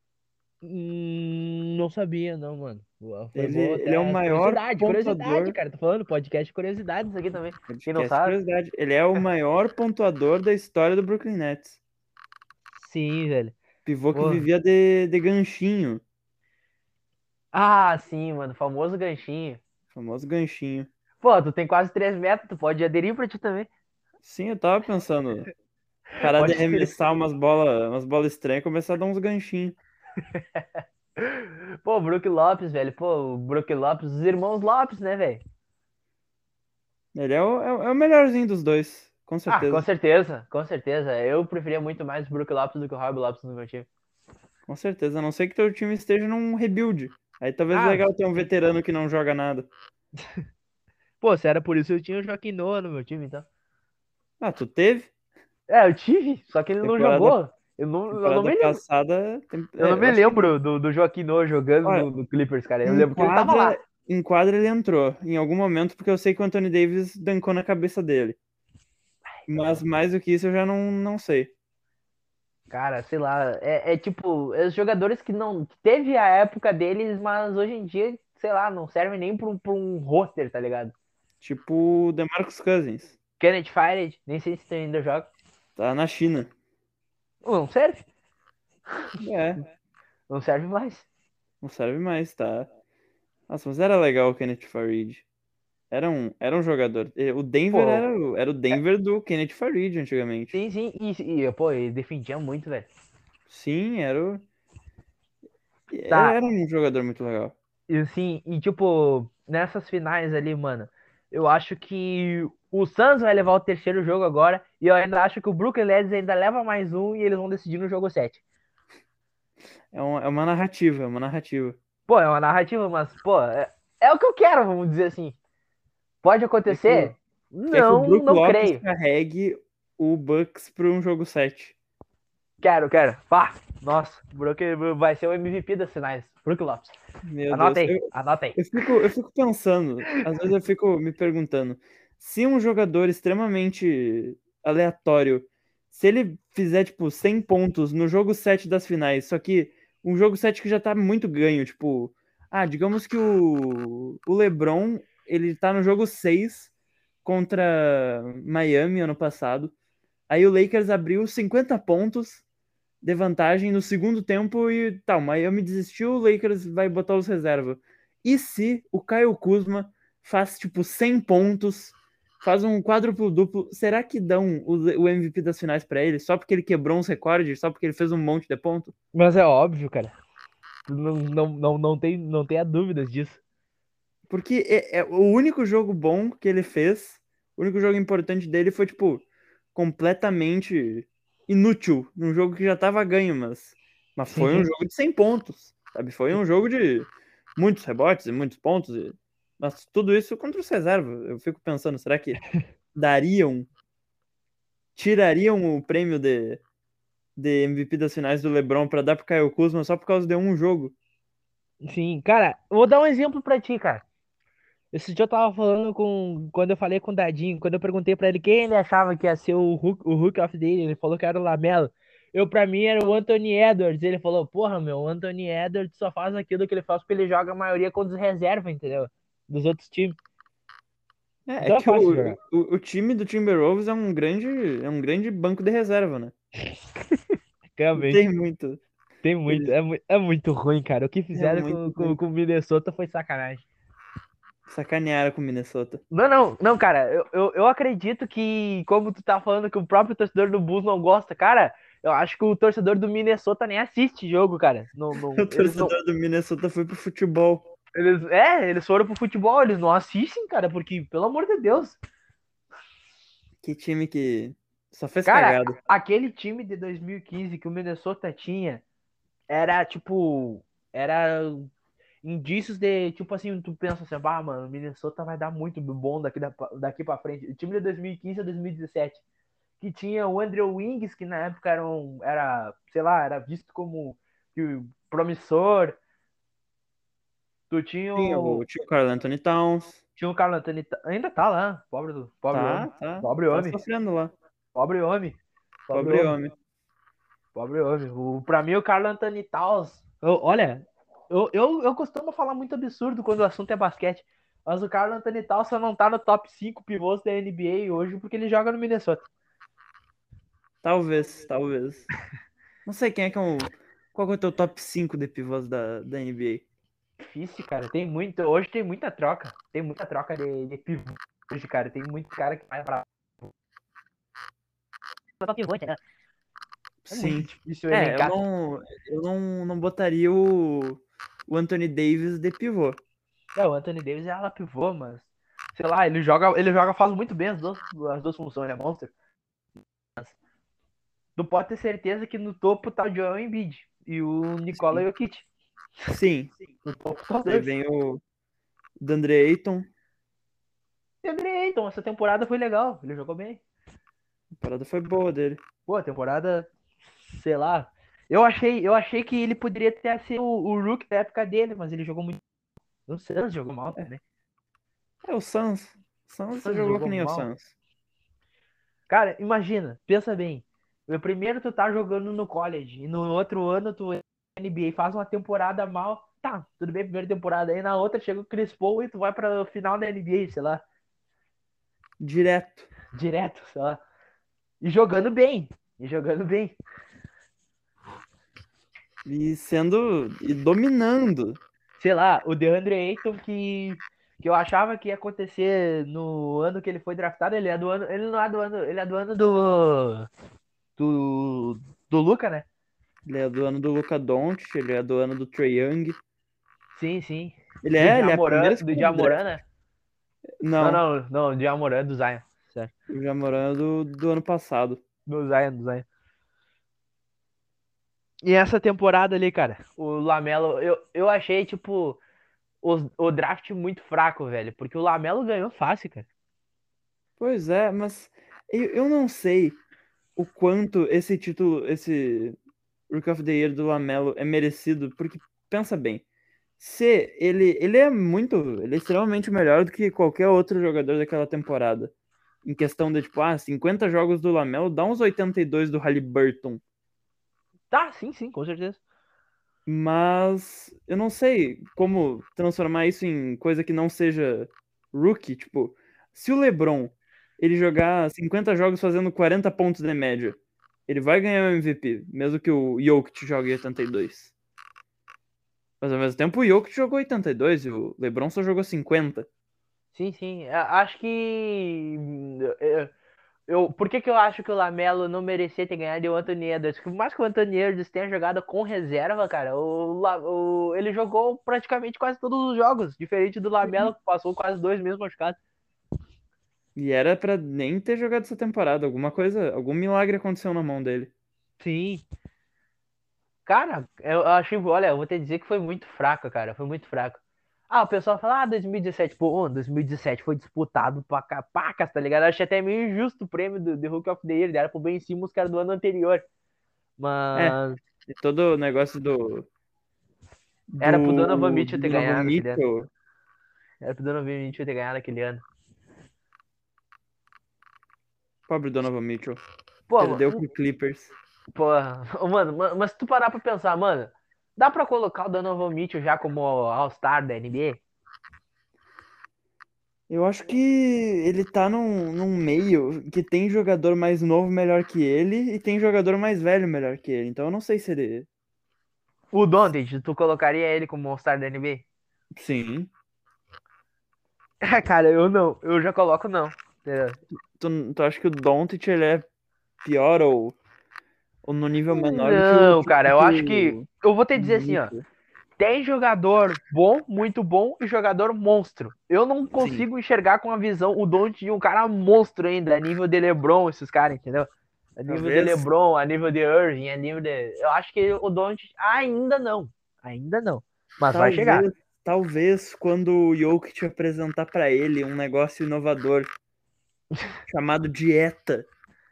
Hum, não sabia, não, mano. Boa, foi Ele, boa ele é o até. maior Curiosidade, curiosidade, pontuador. cara. Tô falando podcast de curiosidades aqui também. Quem não Podcast, sabe? curiosidade. Ele é o maior pontuador da história do Brooklyn Nets. Sim, velho. Pivô que Pô. vivia de, de ganchinho. Ah, sim, mano. Famoso ganchinho. Famoso ganchinho. Pô, tu tem quase três metros, tu pode aderir pra ti também. Sim, eu tava pensando. Parar de Pode aderir. arremessar umas bolas umas bola estranhas e começar a dar uns ganchinhos. Pô, o Brook Lopes, velho. Pô, o Brook Lopes, os irmãos Lopes, né, velho? Ele é o, é, o é o melhorzinho dos dois, com Ah, com certeza. certeza, com certeza. Eu preferia muito mais o Brook Lopes do que o Rob Lopes no meu time. Com certeza. A não ser que teu time esteja num rebuild. Aí talvez é Ah, legal ter um veterano que não joga nada. pô, se era por isso eu tinha o Joaquim Noah no meu time, então. Ah, tu teve? É, eu tive, só que ele não Temporada, jogou. Eu não, eu não temporada me lembro. passada. tem- Eu não é, eu me acho que. lembro do, do Joaquim Noah jogando Olha, no, no Clippers, cara. Eu em lembro que ele tava lá. quadra, em quadra ele entrou em algum momento, porque eu sei que o Anthony Davis dancou na cabeça dele. Mas mais do que isso eu já não, não sei. Cara, sei lá, é, é tipo, é os jogadores que não que teve a época deles, mas hoje em dia, sei lá, não servem nem pra um, pra um roster, tá ligado? Tipo o DeMarcus Cousins. Kenneth Fired, nem sei se ainda joga. Tá na China. Não serve? É, Não serve mais. não serve mais, tá? Nossa, mas era legal o Kenneth Farid. Era um, era um jogador. Eh, O Denver Pô, era, o- era o é, Denver do Kenneth Farid antigamente. sim, sim, e, e, pô, ele defendia muito, velho. Sim, era, o- era, Tá, era um jogador muito legal. e assim, e tipo, nessas finais ali, mano, eu acho que o Suns vai levar o terceiro jogo agora, e eu ainda acho que o Brooklyn Nets ainda leva mais um e eles vão decidir no jogo sete. É, um, é uma narrativa, é uma narrativa. Pô, é uma narrativa, mas, pô, é, é o que eu quero, vamos dizer assim. Pode Quer que o, acontecer? quer que o Não, Brook não Lopes creio. carregue o Bucks para um jogo sete. Quero, quero. Pá, nossa, o Brook vai ser o M V P das finais. Brook Lopes. Meu Anota Deus. aí, Eu, anota aí. eu fico, eu fico pensando, às vezes eu fico me perguntando, se um jogador extremamente aleatório se ele fizer, tipo, cem pontos no jogo sete das finais, só que um jogo sete que já tá muito ganho, tipo, ah, digamos que o, o LeBron, ele tá no jogo seis contra Miami ano passado, aí o Lakers abriu cinquenta pontos de vantagem no segundo tempo e tal, Miami desistiu, o Lakers vai botar os reservas. E se o Kyle Kuzma faz, tipo, cem pontos, faz um quádruplo duplo, será que dão o, o M V P das finais pra ele? Só porque ele quebrou uns recordes? Só porque ele fez um monte de ponto? Mas é óbvio, cara. Não, não, não, não tem, não tenha dúvidas disso. Porque é, é o único jogo bom que ele fez, o único jogo importante dele foi, tipo, completamente inútil, num jogo que já tava ganho, mas, mas foi um Sim. jogo de cem pontos, sabe? Foi um jogo de muitos rebotes e muitos pontos, e- mas tudo isso contra os reservas. Eu fico pensando, será que dariam, tirariam o prêmio de, de M V P das finais do LeBron pra dar pro Kyle Kuzma só por causa de um jogo? Sim, cara, eu vou dar um exemplo pra ti, cara. Esse dia eu tava falando com. Quando eu falei com o Dadinho, quando eu perguntei pra ele quem ele achava que ia ser o Hook, o Hook of the Year, ele falou que era o Lamelo. Eu, pra mim, era o Anthony Edwards. Ele falou, porra, meu, o Anthony Edwards só faz aquilo que ele faz porque ele joga a maioria contra os reservas, entendeu? Dos outros times. É, é Então é que fácil de o, jogar. o, o time do Timberwolves é um grande, é um grande banco de reserva, né? Não Realmente. tem muito. Tem muito. Eles É, mui- é muito ruim, cara. O que é fizeram muito com, com, ruim. com o Minnesota foi sacanagem. Sacanearam com o Minnesota. Não, não, não, cara, eu, eu, eu acredito que, como tu tá falando que o próprio torcedor do Bulls não gosta, cara, eu acho que o torcedor do Minnesota nem assiste jogo, cara. Não, O não, eles não. torcedor do Minnesota foi pro futebol. Eles, é, eles foram pro futebol, eles não assistem, cara, porque, pelo amor de Deus. Que time que só fez Cara, cagada. aquele time de dois mil e quinze que o Minnesota tinha era tipo. Era indícios de, tipo assim, tu pensa assim, bah, mano, o Minnesota vai dar muito bom daqui, da, daqui pra frente. O time de dois mil e quinze a dois mil e dezessete. Que tinha o Andrew Wiggins, que na época era, um, era sei lá, era visto como promissor. Tu tinha Tinha o, o, tinha o Karl Anthony Towns. tinha o Carl Anthony, ainda tá lá, pobre do, pobre Tá, homem, tá. pobre Tá homem, sofrendo lá. pobre homem, pobre Pobre homem, homem. pobre homem. O, pra mim, o Carl Anthony Towns, eu, olha, eu, eu, eu costumo falar muito absurdo quando o assunto é basquete, mas o Carl Anthony Towns só não tá no top cinco pivôs da N B A hoje porque ele joga no Minnesota. Talvez, talvez. Não sei quem é que é o. Qual que é o teu top cinco de pivôs da, da N B A? Difícil, cara. Tem muito. Hoje tem muita troca. Tem muita troca de, de pivô hoje, cara. Tem muito cara que vai pra. Pra pivô, entendeu? É muito Sim. difícil É, eu elencar. não, eu não, não botaria o, o Anthony Davis de pivô. É, o Anthony Davis é ala pivô, mas. Sei lá, ele joga, ele joga, faz muito bem as duas, as duas funções, né, Monster? Tu pode ter certeza que no topo tá o Joel Embiid e o Nikola Sim. Jokic. Sim. No topo tá os Daí dois. vem o DeAndre Ayton. Lembrei, então, essa temporada foi legal. Ele jogou bem. A parada foi boa dele. Pô, a temporada, sei lá. Eu achei, eu achei que ele poderia ter sido o, o Rook da época dele, mas ele jogou muito. O Suns jogou mal É, também. é o Suns. O O Suns Suns jogou que jogou nem o mal. Suns. Cara, imagina, pensa bem. O primeiro tu tá jogando no college e no outro ano tu entra na N B A, faz uma temporada mal. Tá, tudo bem, primeira temporada. Aí na outra chega o Chris Paul e tu vai pra final da N B A, sei lá, Direto. direto, sei lá. E jogando bem. E jogando bem. E sendo. E dominando. Sei lá, o DeAndre Ayton que que eu achava que ia acontecer no ano que ele foi draftado, ele é do ano, ele não é do ano, ele é do ano do do do Luca, né? Ele é do ano do Luka Doncic, ele é do ano do Trae Young. Sim, sim. Ele Do é, ele é a Jamoran, primeira do escolha do Jamoran, draft. né? Não, Não, não, não, do Jamoran, do Zion. Certo. o Jamoran é do, do ano passado. Do Zion, do Zion. E essa temporada ali, cara, o Lamelo, eu, eu achei, tipo, o, o draft muito fraco, velho. Porque o Lamelo ganhou fácil, cara. Pois é, mas eu, eu não sei o quanto esse título, esse Rookie of the Year do Lamelo é merecido, porque pensa bem, se ele, ele é muito, ele é extremamente melhor do que qualquer outro jogador daquela temporada. em questão de, tipo, ah, cinquenta jogos do Lamelo, dá uns oitenta e dois do Haliburton. Tá, sim, sim, com certeza. Mas eu não sei como transformar isso em coisa que não seja rookie. Tipo, se o LeBron ele jogar cinquenta jogos fazendo quarenta pontos de média, ele vai ganhar o M V P, mesmo que o Jokic jogue oitenta e dois. Mas ao mesmo tempo o Jokic jogou oitenta e dois e o LeBron só jogou cinquenta. Sim, sim. A- Acho que. Eu, eu- por que, que eu acho que o Lamelo não merecia ter ganhado o Anthony Edwards? Por mais que o Anthony Edwards tenha jogado com reserva, cara, o, La- o- ele jogou praticamente quase todos os jogos, diferente do Lamelo, que passou quase dois meses machucado. E era pra nem ter jogado essa temporada. Alguma coisa, algum milagre aconteceu na mão dele. Sim. Cara, eu achei, olha, eu vou te dizer que foi muito fraco, cara, foi muito fraco. Ah, o pessoal fala, ah, dois mil e dezessete, pô, dois mil e dezessete foi disputado pra ca- pacas, tá ligado? Eu achei até meio injusto o prêmio do The Hook of the Year, deram pro Ben Simmons, que era do ano anterior. É, Mas e todo o negócio do, era pro Donovan do, Mitchell do ter Donovan ganhado aquele ano. Mitchell. Era pro Donovan Mitchell ter ganhado aquele ano. Pobre Donovan Mitchell. Pô, Perdeu mano, pro Clippers. pô, mano, ma- mas se tu parar pra pensar, mano, dá pra colocar o Donovan Mitchell já como All-Star da N B A? Eu acho que ele tá num, num meio que tem jogador mais novo melhor que ele e tem jogador mais velho melhor que ele. Então eu não sei se ele. O Doncic, tu colocaria ele como All-Star da N B A? Sim. Cara, eu não. Eu já coloco não. Entendeu? Tu, tu acha que o Doncic ele é pior ou, ou no nível menor do que o, Não, cara, do eu que acho que. o Eu vou te dizer assim, ó. Mitchell? Tem jogador bom, muito bom, e jogador monstro. Eu não Sim, consigo enxergar com a visão o Doncic de um cara monstro ainda, a nível de LeBron, esses caras, entendeu? A nível de talvez. LeBron, a nível de Irving, a nível de. Eu acho que o Doncic ainda não. Ainda não. Mas vai chegar. Talvez. Talvez quando o Jokic apresentar pra ele um negócio inovador chamado dieta,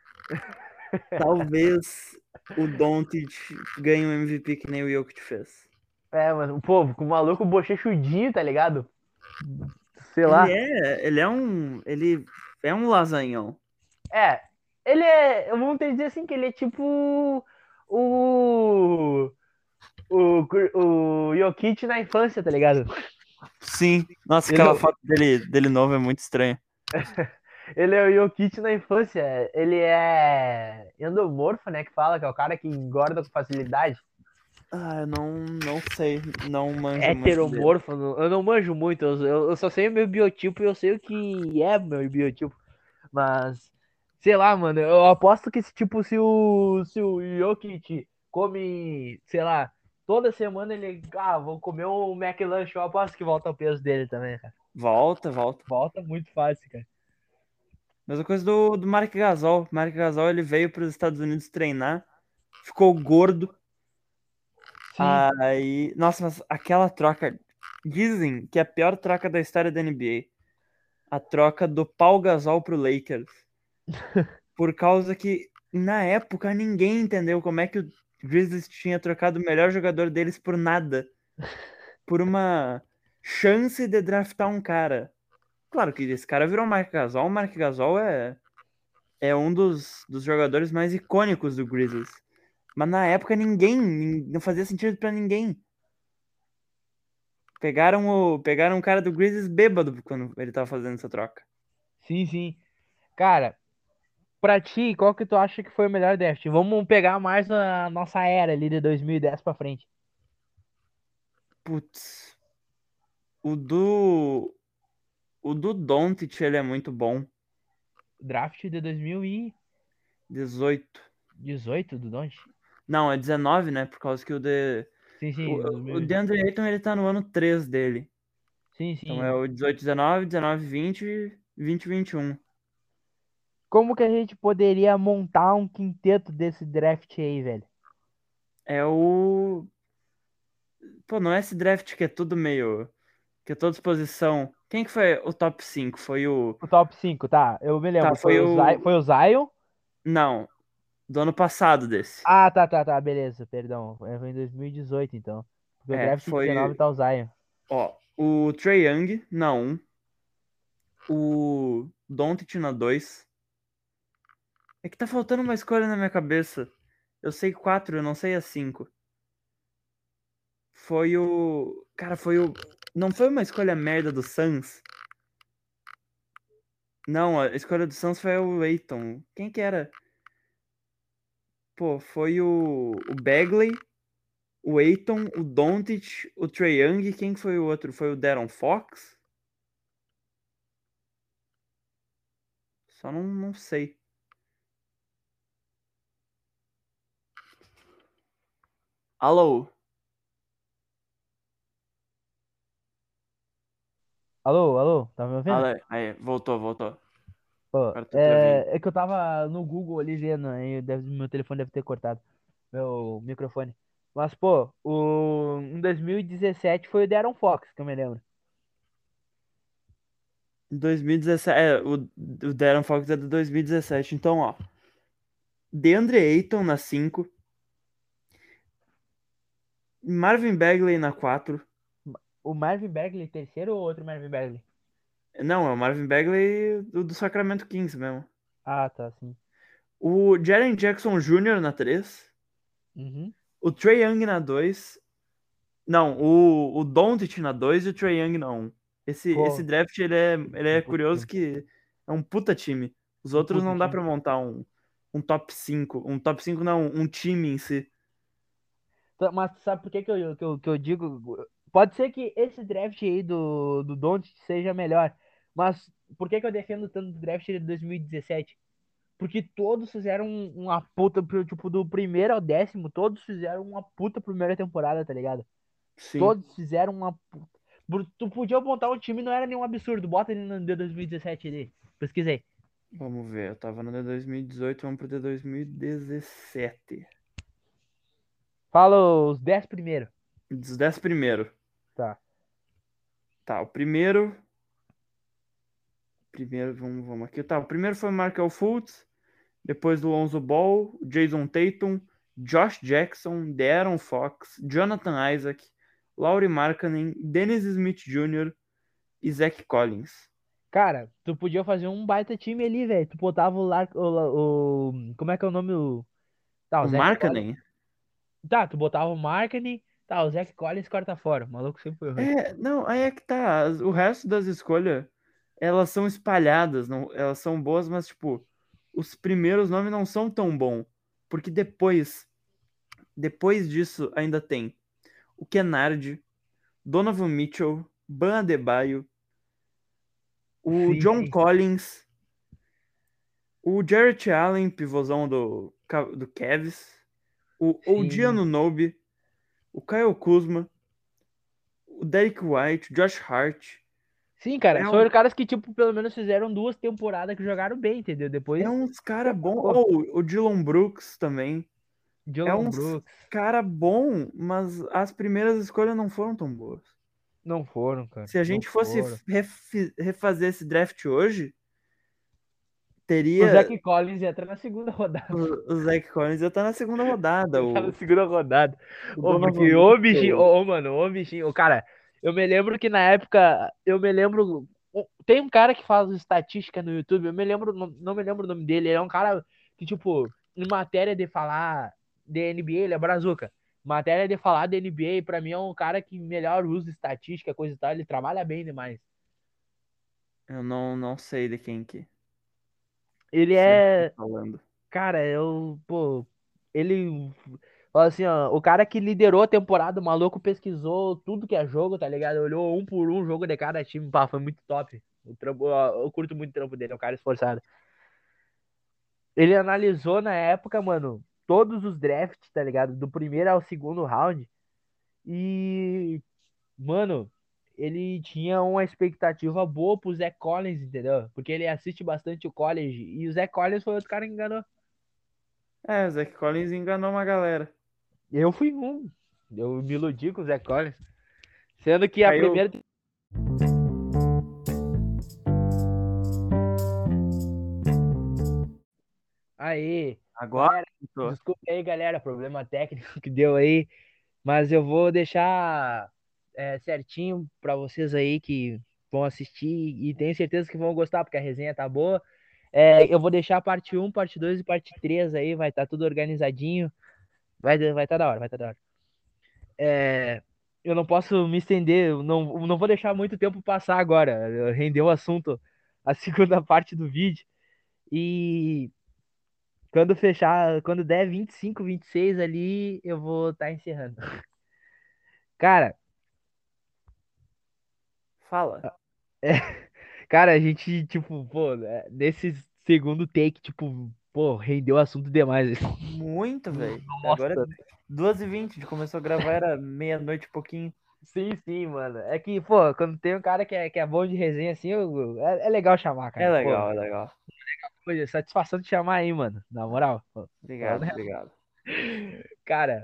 talvez o Doncic ganhe um M V P que nem o Jokic fez. É, mas o povo, com o maluco bochechudinho, tá ligado? Sei Ele lá. é, ele é um, ele é um lasanhão. É, ele é. Vamos ter que dizer assim que ele é tipo o. O, o Jokic na infância, tá ligado? Sim. Nossa, Ele, aquela foto dele, dele novo é muito estranha. ele é o Jokic na infância. Ele é endomorfo, né? Que fala que é o cara que engorda com facilidade. Ah, eu não, não sei, não manjo muito dele. Heteromorfo, eu não manjo muito. Eu, eu só sei o meu biotipo e eu sei o que é meu biotipo. Mas, sei lá, mano, eu aposto que, tipo, se o, se o Jokic come, sei lá, toda semana ele, ah, vou comer um McLanche, eu aposto que volta ao peso dele também, cara. Volta, volta. Volta muito fácil, cara. Mesma coisa do, do Mark Gasol. Mark Gasol, ele veio para os Estados Unidos treinar, ficou gordo. Sim. Aí, nossa, mas aquela troca, dizem que é a pior troca da história da N B A. A troca do Paul Gasol pro Lakers. Por causa que, na época, ninguém entendeu como é que o Grizzlies tinha trocado o melhor jogador deles por nada. Por uma chance de draftar um cara. Claro que esse cara virou o Mark Gasol. O Mark Gasol é, é um dos, dos jogadores mais icônicos do Grizzlies. Mas na época ninguém, não fazia sentido pra ninguém. Pegaram o, pegaram um cara do Grizzlies bêbado quando ele tava fazendo essa troca. Sim, sim. Cara, pra ti, qual que tu acha que foi o melhor draft? Vamos pegar mais a nossa era ali de dois mil e dez pra frente. Putz, o do o do Doncic ele é muito bom. Draft de dois mil e dezoito. dezoito do Doncic? Não, é dezenove, né? Por causa que o de Sim, sim, o, o dois mil. DeAndre Ayton ele tá no ano três dele. Sim, Então é sim. o dezoito, dezenove, dezenove, vinte, vinte, vinte e um. Como que a gente poderia montar um quinteto desse draft aí, velho? É o Pô, não é esse draft que é tudo meio que é toda exposição. Quem que foi o top cinco? Foi o O top cinco, tá? Eu me Tá, lembro. Foi foi o, Zay... o foi o Zion. Não, do ano passado desse. Ah, tá, tá, tá. Beleza, perdão. É, foi em dois mil e dezoito, então. Porque o É, draft foi dezenove tá o Zion. Ó, o Trae Young na um, O Doncic na dois. É que tá faltando uma escolha na minha cabeça. Eu sei quatro, eu não sei as cinco. Foi o. Cara, foi o. Não foi uma escolha merda do Suns? Não, a escolha do Suns foi o Aiton. Quem que era? Pô, foi o, o Bagley, o Aiton, o Doncic, o Trae Young. Quem foi o outro? Foi o De'Aaron Fox? Só não, não sei. Alô? Alô, alô, tá me ouvindo? Alô? Aí, voltou, voltou. Pô, Agora tu te ouvindo. é, é que eu tava no Google ali vendo, aí deve, meu telefone deve ter cortado, meu microfone. Mas, pô, o, em dois mil e dezessete foi o De'Aaron Fox, que eu me lembro. dois mil e dezessete. É, o, o De'Aaron Fox é de dois mil e dezessete. Então, ó. DeAndre Ayton na cinco. Marvin Bagley na quatro. O Marvin Bagley, terceiro ou outro Marvin Bagley? Não, é o Marvin Bagley do, do Sacramento Kings mesmo. Ah, tá, sim. O Jaren Jackson Júnior na três. Uhum. O Trae Young na dois. Não, o, o Doncic na dois e o Trae Young na um. Esse, esse Pô, draft ele é, ele um é puto curioso time. que é um puta time. Os Um outros puto não dá time. pra montar um, um top cinco. Um top cinco não, um time em si. Tá, mas sabe por que que eu, que eu, que eu digo? Pode ser que esse draft aí do, do Doncic seja melhor, mas por que que eu defendo tanto o draft de dois mil e dezessete? Porque todos fizeram um- uma puta, pro- tipo, do primeiro ao décimo, todos fizeram uma puta primeira temporada, tá ligado? Sim. Todos fizeram uma puta. Bru- Tu podia montar um time, não era nenhum absurdo. Bota ele no de dois mil e dezessete ali. Pesquisei. Vamos ver, eu tava no de dois mil e dezoito, vamos pro de dois mil e dezessete. Fala os dez primeiros. Dos dez primeiro. Tá. Tá, o primeiro. Primeiro, vamos, vamos aqui. Tá, o primeiro foi o Markel Fultz, depois do Lonzo Ball, Jason Tatum, Josh Jackson, De'Aaron Fox, Jonathan Isaac, Lauri Markkanen, Dennis Smith Júnior e Zach Collins. Cara, tu podia fazer um baita time ali, velho. Tu botava o, Lar... o, o- Como é que é o nome? O... Tá, o O Zach Collins. Markkanen? Tá, tu botava o Markkinen. Tá, o Zach Collins corta fora. O maluco sempre foi ruim. É, não, aí é que tá. as- O resto das escolhas, elas são espalhadas, não, elas são boas, mas, tipo, os primeiros nomes não são tão bons. Porque depois, depois disso, ainda tem o Kennard, Donovan Mitchell, Ban Adebayo, o Sim, John sim. Collins, o Jarrett Allen, pivôzão do, Ca- do Cavs, o O G Sim. Anunoby, o Kyle Kuzma, o Derek White, Josh Hart. Sim, cara. É, um- Foram caras que, tipo, pelo menos fizeram duas temporadas que jogaram bem, entendeu? é Depois uns cara bom. acabou. Ou o Dylan Brooks também. É Dylan uns Brooks. cara bom, mas as primeiras escolhas não foram tão boas. Não foram, cara. Se a Não gente fosse foram. refi- refazer esse draft hoje, O Zach teria Collins entra na segunda rodada. o, o Zach Collins ia estar na segunda rodada, Ele tá na o, segunda rodada. o Ô, Donovan porque, ô, bichinho, Mitchell. ô, ô, mano, ô, bichinho, ô, cara, eu me lembro que na época, eu me lembro, o- tem um cara que faz estatística no YouTube, eu me lembro, não, não me lembro o nome dele, ele é um cara que, tipo, em matéria de falar de N B A, ele é brazuca. Matéria de falar de N B A, pra mim é um cara que melhor usa estatística, coisa e tal, ele trabalha bem demais. Eu não, não sei de quem que Ele você está é, falando. cara, eu, pô, ele, assim, ó, o cara que liderou a temporada, o maluco pesquisou tudo que é jogo, tá ligado? Olhou um por um jogo de cada time, pá, foi muito top. O trampo, ó, eu curto muito o trampo dele, é um cara esforçado. Ele analisou na época, mano, todos os drafts, tá ligado? Do primeiro ao segundo round. E, mano, ele tinha uma expectativa boa pro Zé Collins, entendeu? Porque ele assiste bastante o college. E o Zé Collins foi outro cara que enganou. É, o Zach Collins enganou uma galera. Eu fui um. Eu me iludi com o Zé Collins. Sendo que a Caiu primeira. Aí, agora? galera, Tô. desculpa aí, galera, problema técnico que deu aí. Mas eu vou deixar é, certinho pra vocês aí que vão assistir e tenho certeza que vão gostar, porque a resenha tá boa. É, eu vou deixar a parte um, parte dois e parte três aí, vai estar tá tudo organizadinho. Vai estar vai tá da hora, vai estar tá da hora. É, eu não posso me estender, eu não, não vou deixar muito tempo passar agora. Rendeu o assunto a segunda parte do vídeo. E quando fechar, quando der vinte e cinco, vinte e seis ali, eu vou estar tá encerrando. Cara, Fala. é, cara, a gente, tipo, pô, é, nesse segundo take, tipo, pô, rendeu assunto demais. Muito, velho. Agora é Nossa. duas e vinte, a gente começou a gravar, era meia-noite e pouquinho. Sim, sim, mano. É que, pô, quando tem um cara que é, que é bom de resenha assim, eu- é, é legal chamar, É cara. Pô, legal, é legal. pô, satisfação de chamar aí, mano. Na moral. Pô, falando Obrigado, real. obrigado. Cara,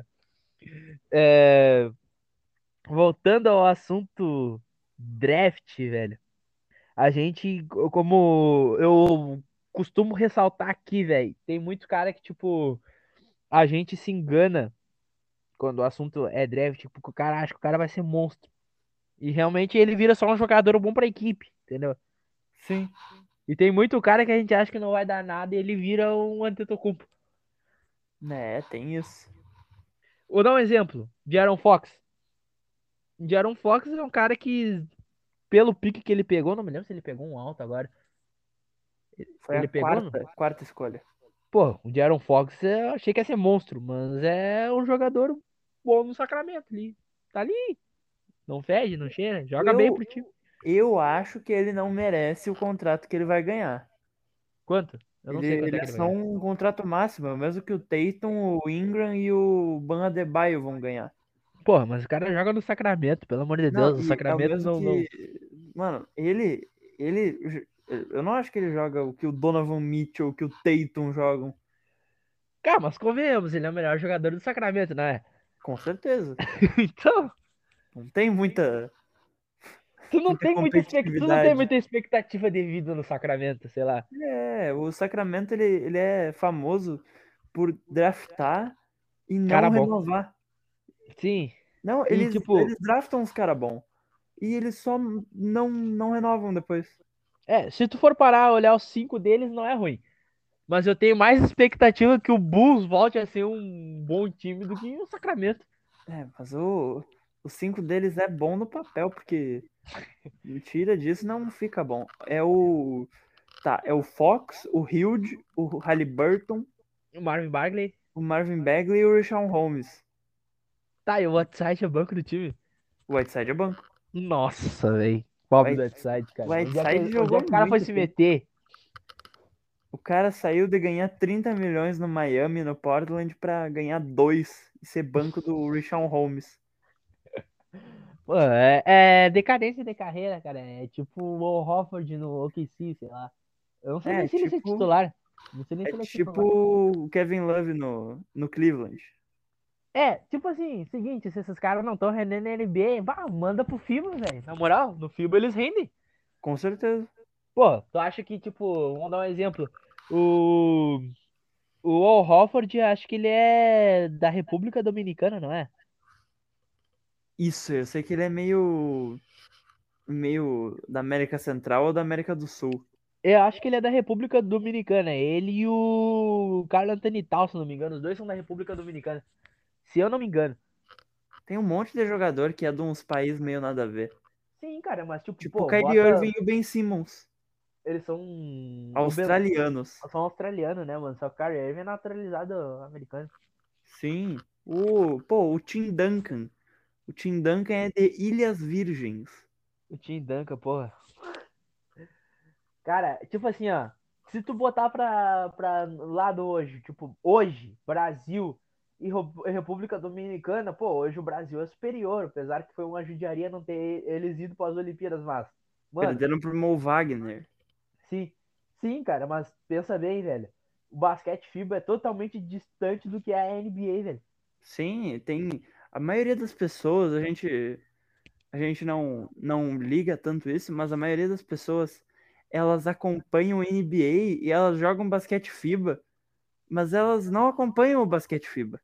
é, voltando ao assunto draft, velho. A gente, como eu costumo ressaltar aqui, velho, tem muito cara que, tipo, a gente se engana quando o assunto é draft, tipo, que o cara acha que o cara vai ser monstro. E realmente ele vira só um jogador bom pra equipe, entendeu? Sim. E tem muito cara que a gente acha que não vai dar nada e ele vira um Antetokounmpo. Né, tem isso. Vou dar um exemplo, De'Aaron Fox. De'Aaron Fox é um cara que, pelo pique que ele pegou, não me lembro se ele pegou um alto agora. Foi a Ele pegou, não? quarta, quarta escolha. Pô, o De'Aaron Fox eu achei que ia ser monstro, mas é um jogador bom no Sacramento ali. Tá ali, não fede, não cheira, joga bem Eu, pro time. eu acho que ele não merece o contrato que ele vai ganhar. Quanto? Eu não Ele, sei quanto ele é é que ele vai só ganhar. um contrato máximo, é o mesmo que o Tatum, o Ingram e o Bam Adebayo vão ganhar. Porra, mas o cara joga no Sacramento, pelo amor de Não, Deus, o e é o Sacramento mesmo não, não. que. Mano, ele. Ele. Eu não acho que ele joga o que o Donovan Mitchell, o que o Tatum jogam. Cara, mas convenhamos, ele é o melhor jogador do Sacramento, não é? Com certeza. Então, Não tem muita, tu não muita tem muita expectativa, tu não tem competitividade. muita expectativa de vida no Sacramento, sei lá. É, o Sacramento ele, ele é famoso por draftar e não Cara bom. renovar. Sim. Não, E eles, tipo, eles draftam uns cara bom e eles só não, não renovam depois. é, se tu for parar a olhar os cinco deles, não é ruim. Mas eu tenho mais expectativa que o Bulls volte a ser um bom time do que o Sacramento. É, mas o, os cinco deles é bom no papel, porque tira disso não fica bom. É o. Tá, é o Fox, o Hild, o Halliburton, O Marvin Bagley. o Marvin Bagley e o Richaun Holmes. Tá, e o Whiteside é banco do time. O Whiteside é banco. Nossa, velho. O Pobre do White- Whiteside, o cara. Onde é Whiteside que, onde é jogou que o cara foi muito se tempo. meter? O cara saiu de ganhar trinta milhões no Miami, no Portland, pra ganhar dois e ser banco do Richaun Holmes. Pô, é, é decadência de carreira, cara. É tipo o Al Horford no O K C, sei lá. Eu não sei nem É, se ele é tipo, titular. Não sei nem é se ele é tipo titular. o Kevin Love no, no Cleveland. É, tipo assim, seguinte, se esses caras não estão rendendo na N B A, bah, manda pro FIBA, velho. Na moral, no FIBA eles rendem. Com certeza. Pô, tu acha que, tipo, vamos dar um exemplo. O, o Al Horford, acho que ele é da República Dominicana, não é? Isso, eu sei que ele é meio. Meio da América Central ou da América do Sul. Eu acho que ele é da República Dominicana. Ele e o Carlos Anthony Towns, se não me engano. Os dois são da República Dominicana. Se eu não me engano. Tem um monte de jogador que é de uns países meio nada a ver. Sim, cara, mas tipo, Tipo o pô, Kyrie bota. Irving e o Ben Simmons. Eles são. O Ben... Australianos. São australianos, né, mano? Só que o Kyrie Irving é naturalizado americano. Sim. O, pô, o Tim Duncan. O Tim Duncan é de Ilhas Virgens. O Tim Duncan, porra. Cara, tipo assim, ó. Se tu botar pra, pra lado hoje, tipo, hoje, Brasil e Ro- República Dominicana, pô, hoje o Brasil é superior, apesar que foi uma judiaria não ter eles ido para as Olimpíadas, mas, mano, Perderam pro Mo Wagner. sim, sim, cara, mas pensa bem, velho. O basquete FIBA é totalmente distante do que é a N B A, velho. Sim, tem. A maioria das pessoas, a gente, a gente não, não liga tanto isso, mas a maioria das pessoas, elas acompanham N B A e elas jogam basquete FIBA, mas elas não acompanham o basquete FIBA.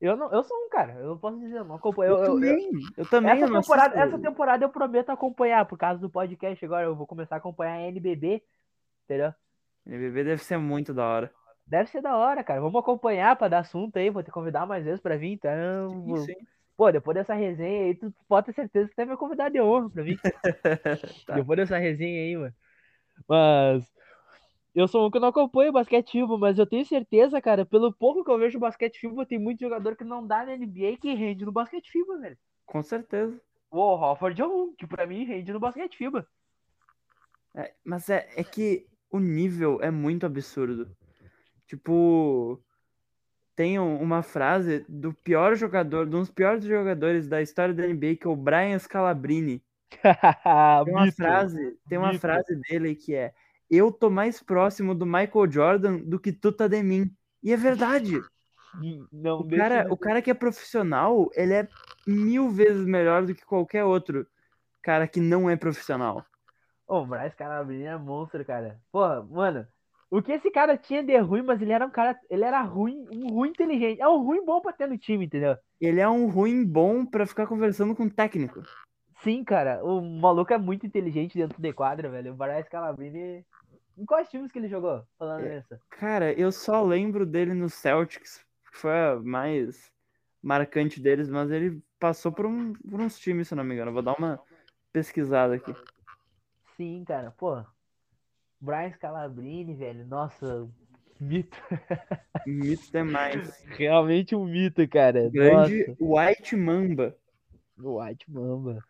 Eu, não, eu sou um cara, eu posso dizer, eu não acompanho. Eu, Eu, eu, eu- também, eu também, essa eu não temporada, essa assisto. temporada eu prometo acompanhar, por causa do podcast agora, eu vou começar a acompanhar a N B B, entendeu? N B B deve ser muito da hora. Deve ser da hora, cara. Vamos acompanhar pra dar assunto aí, vou te convidar mais vezes pra vir, então. Sim, vou- sim. Pô, depois dessa resenha aí, tu pode ter certeza que tu é meu convidado de honra pra vir. Tá. Depois dessa resenha aí, mano. Mas eu sou um que não acompanho basquete FIBA, mas eu tenho certeza, cara, pelo pouco que eu vejo basquete FIBA, tem muito jogador que não dá na N B A que rende no basquete FIBA, velho. Com certeza. O Hofford é um, que pra mim rende no basquete FIBA. É, mas é, é que o nível é muito absurdo. Tipo, tem um- uma frase do pior jogador, de um dos piores jogadores da história da N B A, que é o Brian Scalabrine. Tem uma Mito. frase, tem uma Mito. frase dele que é: eu tô mais próximo do Michael Jordan do que tu tá de mim. E é verdade. O Não deixa cara, de o ser. cara que é profissional, ele é mil vezes melhor do que qualquer outro cara que não é profissional. Ô, o Bryce Calabrini é monstro, cara. Porra, mano. O que esse cara tinha de ruim, mas ele era um cara. Ele era ruim, um ruim inteligente. É um ruim bom pra ter no time, entendeu? Ele é um ruim bom pra ficar conversando com o técnico. Sim, cara. O maluco é muito inteligente dentro de quadra, velho. O Bryce Calabrini. Em quais times que ele jogou? Falando É, nisso. cara, eu só lembro dele no Celtics, que foi a mais marcante deles, mas ele passou por, um, por uns times, se não me engano. Vou dar uma pesquisada aqui. Sim, cara. Pô, Bryce Calabrini, velho. Nossa, mito. Mito demais. Realmente um mito, cara. Grande Nossa. White Mamba. O White Mamba.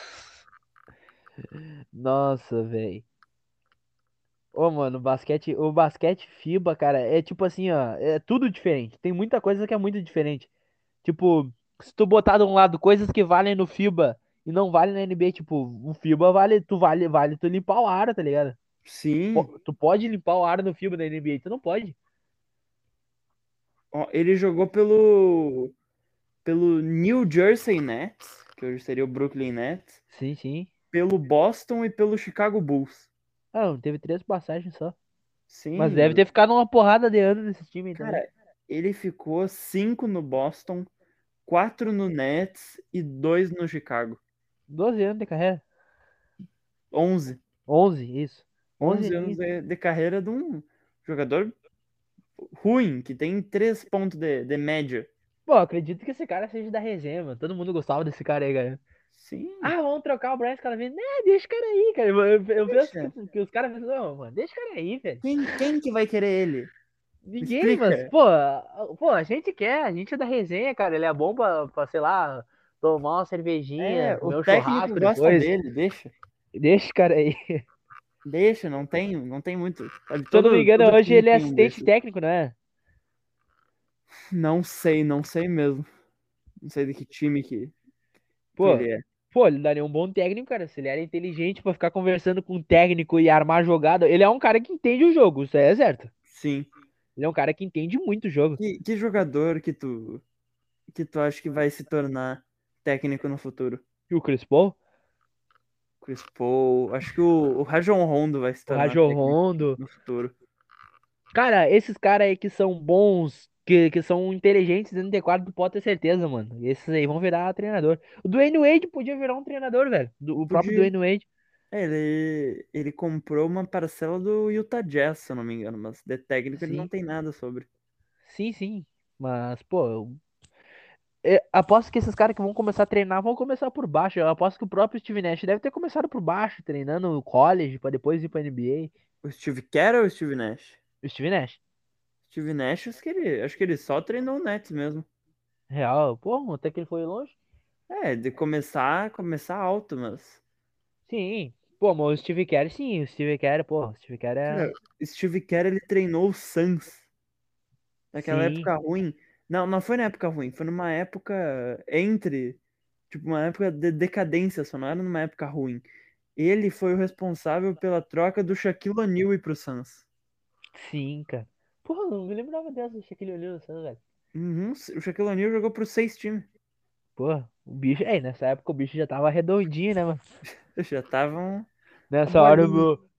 Nossa, velho. Ô, mano, o basquete, o basquete FIBA, cara, é tipo assim, ó, é tudo diferente. Tem muita coisa que é muito diferente. Tipo, se tu botar de um lado coisas que valem no FIBA e não valem na N B A, tipo, o FIBA vale, tu vale, vale tu limpar o aro, tá ligado? Sim. Po- Tu pode limpar o aro no FIBA da N B A, tu não pode. Ó, ele jogou pelo, pelo New Jersey Nets, que hoje seria o Brooklyn Nets, Sim, sim. pelo Boston e pelo Chicago Bulls. Ah, não, teve três passagens só. Mas Sim, deve mas, ter ficado uma porrada de anos nesse time aí também. cara, ele ficou cinco no Boston, quatro no Nets e dois no Chicago. Doze anos de carreira. Onze. Onze, isso. Onze Onze anos aninhos. de, de carreira de um jogador ruim, que tem três pontos de, de média. Pô, acredito que esse cara seja da resenha, mano. Todo mundo gostava desse cara aí, cara. Sim, Ah, vamos trocar o Bryce Calavini. Né, deixa o cara aí, cara. Eu, eu, eu penso que, deixa. que os caras pensam, não, mano, deixa o cara aí, velho. Quem, quem que vai querer ele? Me Ninguém, mas, explica. pô, a- pô, a gente quer, a gente é da resenha, cara. Ele é bom pra, pra sei lá, tomar uma cervejinha, É, o comer um técnico churrasco gosta depois. dele, deixa. Deixa o cara aí. Deixa, não tem, não tem muito. Olha, Se eu não me todo, engano, todo hoje time ele é tem um assistente desses. técnico, não é? Não sei, não sei mesmo. Não sei de que time que, que Pô, ele é. pô, ele daria um bom técnico, cara. Se ele era inteligente pra ficar conversando com o técnico e armar jogada, ele é um cara que entende o jogo, isso aí é certo. Sim. Ele é um cara que entende muito o jogo. Que, que jogador que tu, que tu acha que vai se tornar técnico no futuro? E o Chris Paul, Chris Paul. Acho que o, o Rajon Rondo vai se o tornar Rajon técnico Rondo. no futuro. Cara, esses caras aí que são bons, que, que são inteligentes dentro do quadro, tu pode ter certeza, mano. Esses aí vão virar treinador. O Dwayne Wade podia virar um treinador, velho. Do- o próprio Podia. Dwayne Wade. É, ele, ele comprou uma parcela do Utah Jazz, se eu não me engano, mas de técnico ele não Sim, tem nada sobre. sim, sim. Mas, pô, eu, eu aposto que esses caras que vão começar a treinar vão começar por baixo. Eu aposto que o próprio Steve Nash deve ter começado por baixo, treinando no college, pra depois ir pra N B O Steve Kerr ou o Steve Nash? A. O Steve Nash. Steve Nash, acho que ele, acho que ele só treinou o Nets mesmo. Real, pô, até que ele foi longe. É, de começar, começar alto, mas. Sim. Pô, mas o Steve Kerr, sim. O Steve Kerr, pô, o Steve Kerr é. Cara, Steve Kerr ele treinou o Suns naquela Sim. época ruim. Não, não foi na época ruim, foi numa época entre, tipo, uma época de decadência, só não era numa época ruim. Ele foi o responsável pela troca do Shaquille O'Neal ir pro Suns. Sim, cara. Porra, não me lembrava dessa do Shaquille O'Neal, sabe, velho? Uhum, o Shaquille O'Neal jogou pro seis times. Porra, o bicho. É, nessa época o bicho já tava redondinho, né, mano? Já estavam a Nessa hora o bolinha. meu.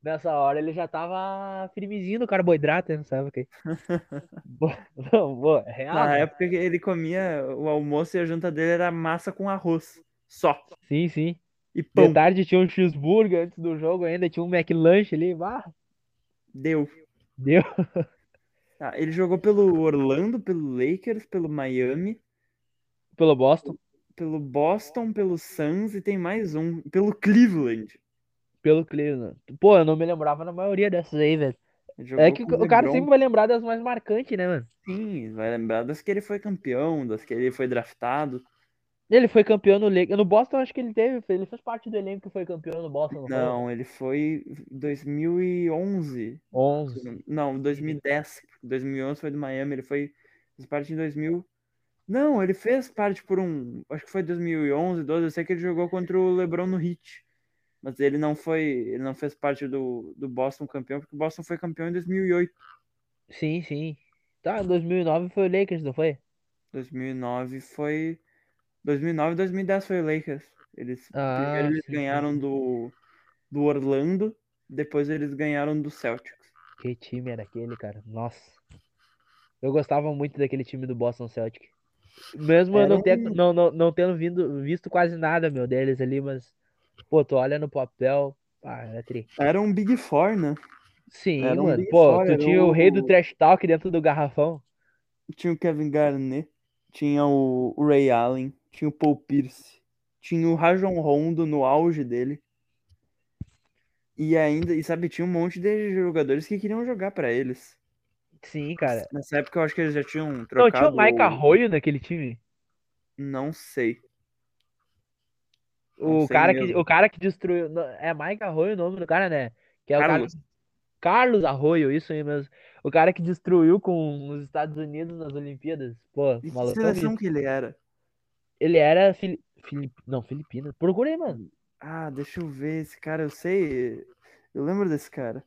Nessa hora ele já tava firmezinho no carboidrato, né, sabe? Que... Não, pô, é real, Na né? época que ele comia o almoço e a janta dele era massa com arroz. Só. Sim, sim. E De pão. tarde tinha um cheeseburger antes do jogo ainda, tinha um McLanche ali, bah, Deu. deu Ah, ele jogou pelo Orlando, pelo Lakers, pelo Miami, pelo Boston, pelo Boston, pelo Suns e tem mais um. Pelo Cleveland. pelo Cleveland. Pô, eu não me lembrava na maioria dessas aí, velho. Ele É jogou que com o o cara LeBron. sempre vai lembrar das mais marcantes, né, mano? Sim, vai lembrar das que ele foi campeão, das que ele foi draftado. Ele foi campeão no Lakers. No Boston, acho que ele teve. Ele fez parte do elenco que foi campeão no Boston, não foi? Não, ele foi dois mil e onze. Onze. Não, dois mil e dez. dois mil e onze foi do Miami, ele foi fez parte em dois mil. Não, ele fez parte por um, acho que foi dois mil e onze, doze, eu sei que ele jogou contra o LeBron no Heat, mas ele não foi, ele não fez parte do, do Boston campeão, porque o Boston foi campeão em dois mil e oito. Sim, sim. Tá, dois mil e nove foi o Lakers, não foi? dois mil e nove foi dois mil e nove e dois mil e dez foi o Lakers. Eles primeiro Ah, eles sim, sim, ganharam sim. do do Orlando, depois eles ganharam do Celtics. Que time era aquele, cara? Nossa. Eu gostava muito daquele time do Boston Celtics. Mesmo eu Era não, ter, um, não, não, não tendo vindo, visto quase nada, meu, deles ali, mas, pô, tu olha no papel, ah, era tri. era um Big Four, né? Sim, Era um mano. Big Pô, Four, tu era tinha o rei do o trash talk dentro do garrafão. tinha o Kevin Garnett, tinha o, o Ray Allen, tinha o Paul Pierce, tinha o Rajon Rondo no auge dele. E ainda, e sabe, tinha um monte de jogadores que queriam jogar pra eles. Sim, cara. Nessa época eu acho que eles já tinham Não, tinha o trocado Mike o... Arroyo naquele time. Não sei, não O sei cara que, mesmo. o cara que destruiu. não, É Mike Arroyo o nome do cara, né? Que é o cara. Carlos, Carlos Arroyo, isso aí mesmo. O cara que destruiu com os Estados Unidos nas Olimpíadas. Pô, de que malucão seleção mesmo. que ele era? Ele era. Fili... Filip... Não, Filipina. Procura aí, mano. Ah, deixa eu ver esse cara, eu sei, eu lembro desse cara.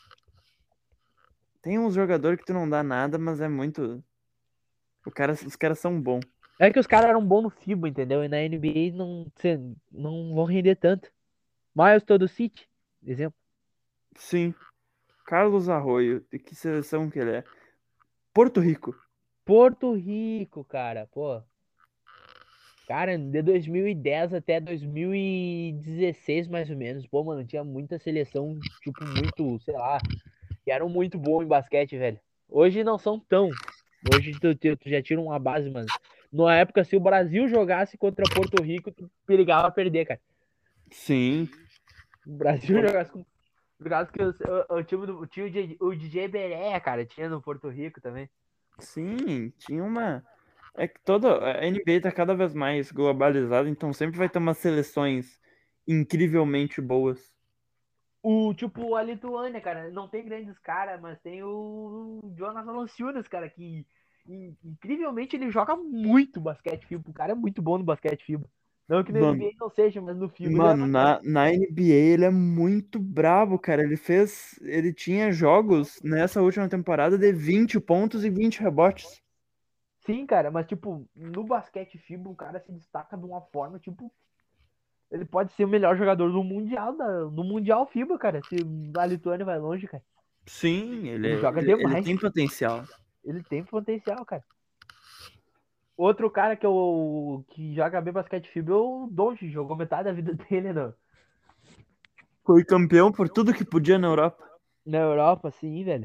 Tem uns jogadores que tu não dá nada, mas é muito... O cara, os caras são bons. É que os caras eram bons no FIBA, entendeu? E na N B A não, cê, não vão render tanto. Miles todo City, exemplo. Sim, Carlos Arroio, de que seleção que ele é? Porto Rico. Porto Rico, cara, pô. Cara, de dois mil e dez até dois mil e dezesseis, mais ou menos. Pô, mano, tinha muita seleção, tipo, muito, sei lá, que eram muito bom em basquete, velho. Hoje não são tão. Hoje tu, tu- tu já tira uma base, mano. Na época, se o Brasil jogasse contra Porto Rico, tu perigava a perder, cara. Sim. O Brasil jogasse com. Por causa que o, o, o time do, tinha o, D J o D J Beré, cara, tinha no Porto Rico também. Sim, tinha uma. É que toda a N B A tá cada vez mais globalizada, então sempre vai ter umas seleções incrivelmente boas. O, tipo, a Lituânia, cara, não tem grandes caras, mas tem o Jonas Valanciunas, cara, que in- incrivelmente ele joga muito basquete FIBA. O cara é muito bom no basquete FIBA. Não que no Mano, N B A não seja, mas no FIBA ele é mano, maneiro. na, na N B A ele é muito brabo, cara. Ele fez. Ele tinha jogos nessa última temporada de vinte pontos e vinte rebotes. Sim, cara, mas tipo, no basquete FIBA o cara se destaca de uma forma, tipo, ele pode ser o melhor jogador do Mundial, da, no Mundial FIBA, cara, se a Lituânia vai longe, cara. Sim, ele, Ele joga ele, ele demais. tem potencial. Ele tem potencial, cara. Outro cara que, eu, que joga bem basquete FIBA é o Doncic, jogou metade da vida dele no, Foi campeão por tudo que podia na Europa. na Europa, assim, velho.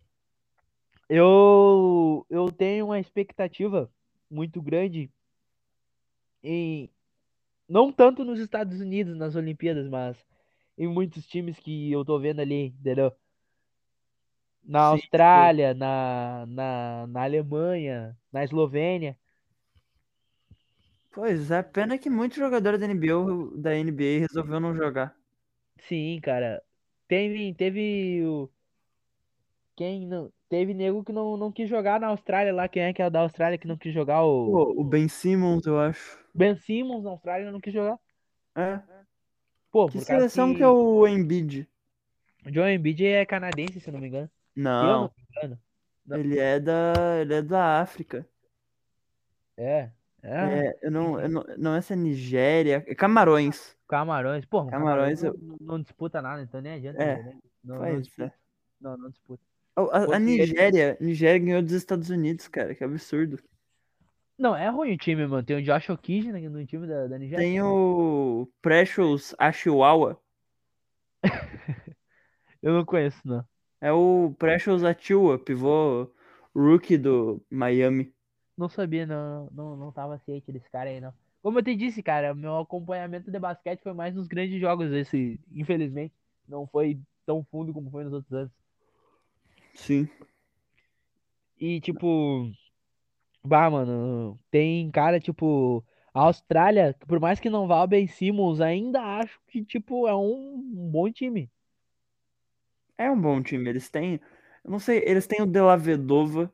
Eu, eu tenho uma expectativa muito grande em, não tanto nos Estados Unidos, nas Olimpíadas, mas em muitos times que eu tô vendo ali, entendeu? Na Sim, tipo, Austrália, na, na, na Alemanha, na Eslovênia. pois é, pena que muitos jogadores da N B A, da N B A resolveu não jogar. Sim, cara. Teve, teve o. Quem não. Teve nego que não, não quis jogar na Austrália lá. Quem é que é o da Austrália que não quis jogar? O Pô, o Ben Simmons, eu acho. Ben Simmons na Austrália não quis jogar. É. Pô, Que por causa seleção que é que o Embiid? o Joel Embiid é canadense, se eu não me engano. Se eu não Não, me engano. Não. ele é da, ele é da África. É, é, É, eu não, eu enfim. não, não é essa Nigéria, é Camarões. Camarões. Pô, o Camarões Camarões, não, eu- não disputa nada, então nem adianta é, dizer, né? Não, não Pois é. disputa. Não, não disputa. A, a Fosse ele. Nigéria, Nigéria ganhou dos Estados Unidos, cara, que absurdo. Não, é ruim o time, mano. Tem o Josh Okiji no no time da, da Nigéria. Tem o Precious Achiuwa, Eu não conheço, não. é o Precious Achiuwa, pivô rookie do Miami. Não sabia, não, não, não tava ciente desse cara aí, não. Como eu te disse, cara, meu acompanhamento de basquete foi mais nos grandes jogos, esse, infelizmente, não foi tão fundo como foi nos outros anos. Sim. E, tipo, bah, mano, tem cara, tipo, a Austrália, que por mais que não vá o Ben Simmons, ainda acho que, tipo, é um, um bom time. É um bom time. Eles têm. Eu não sei, eles têm o De La Vedova.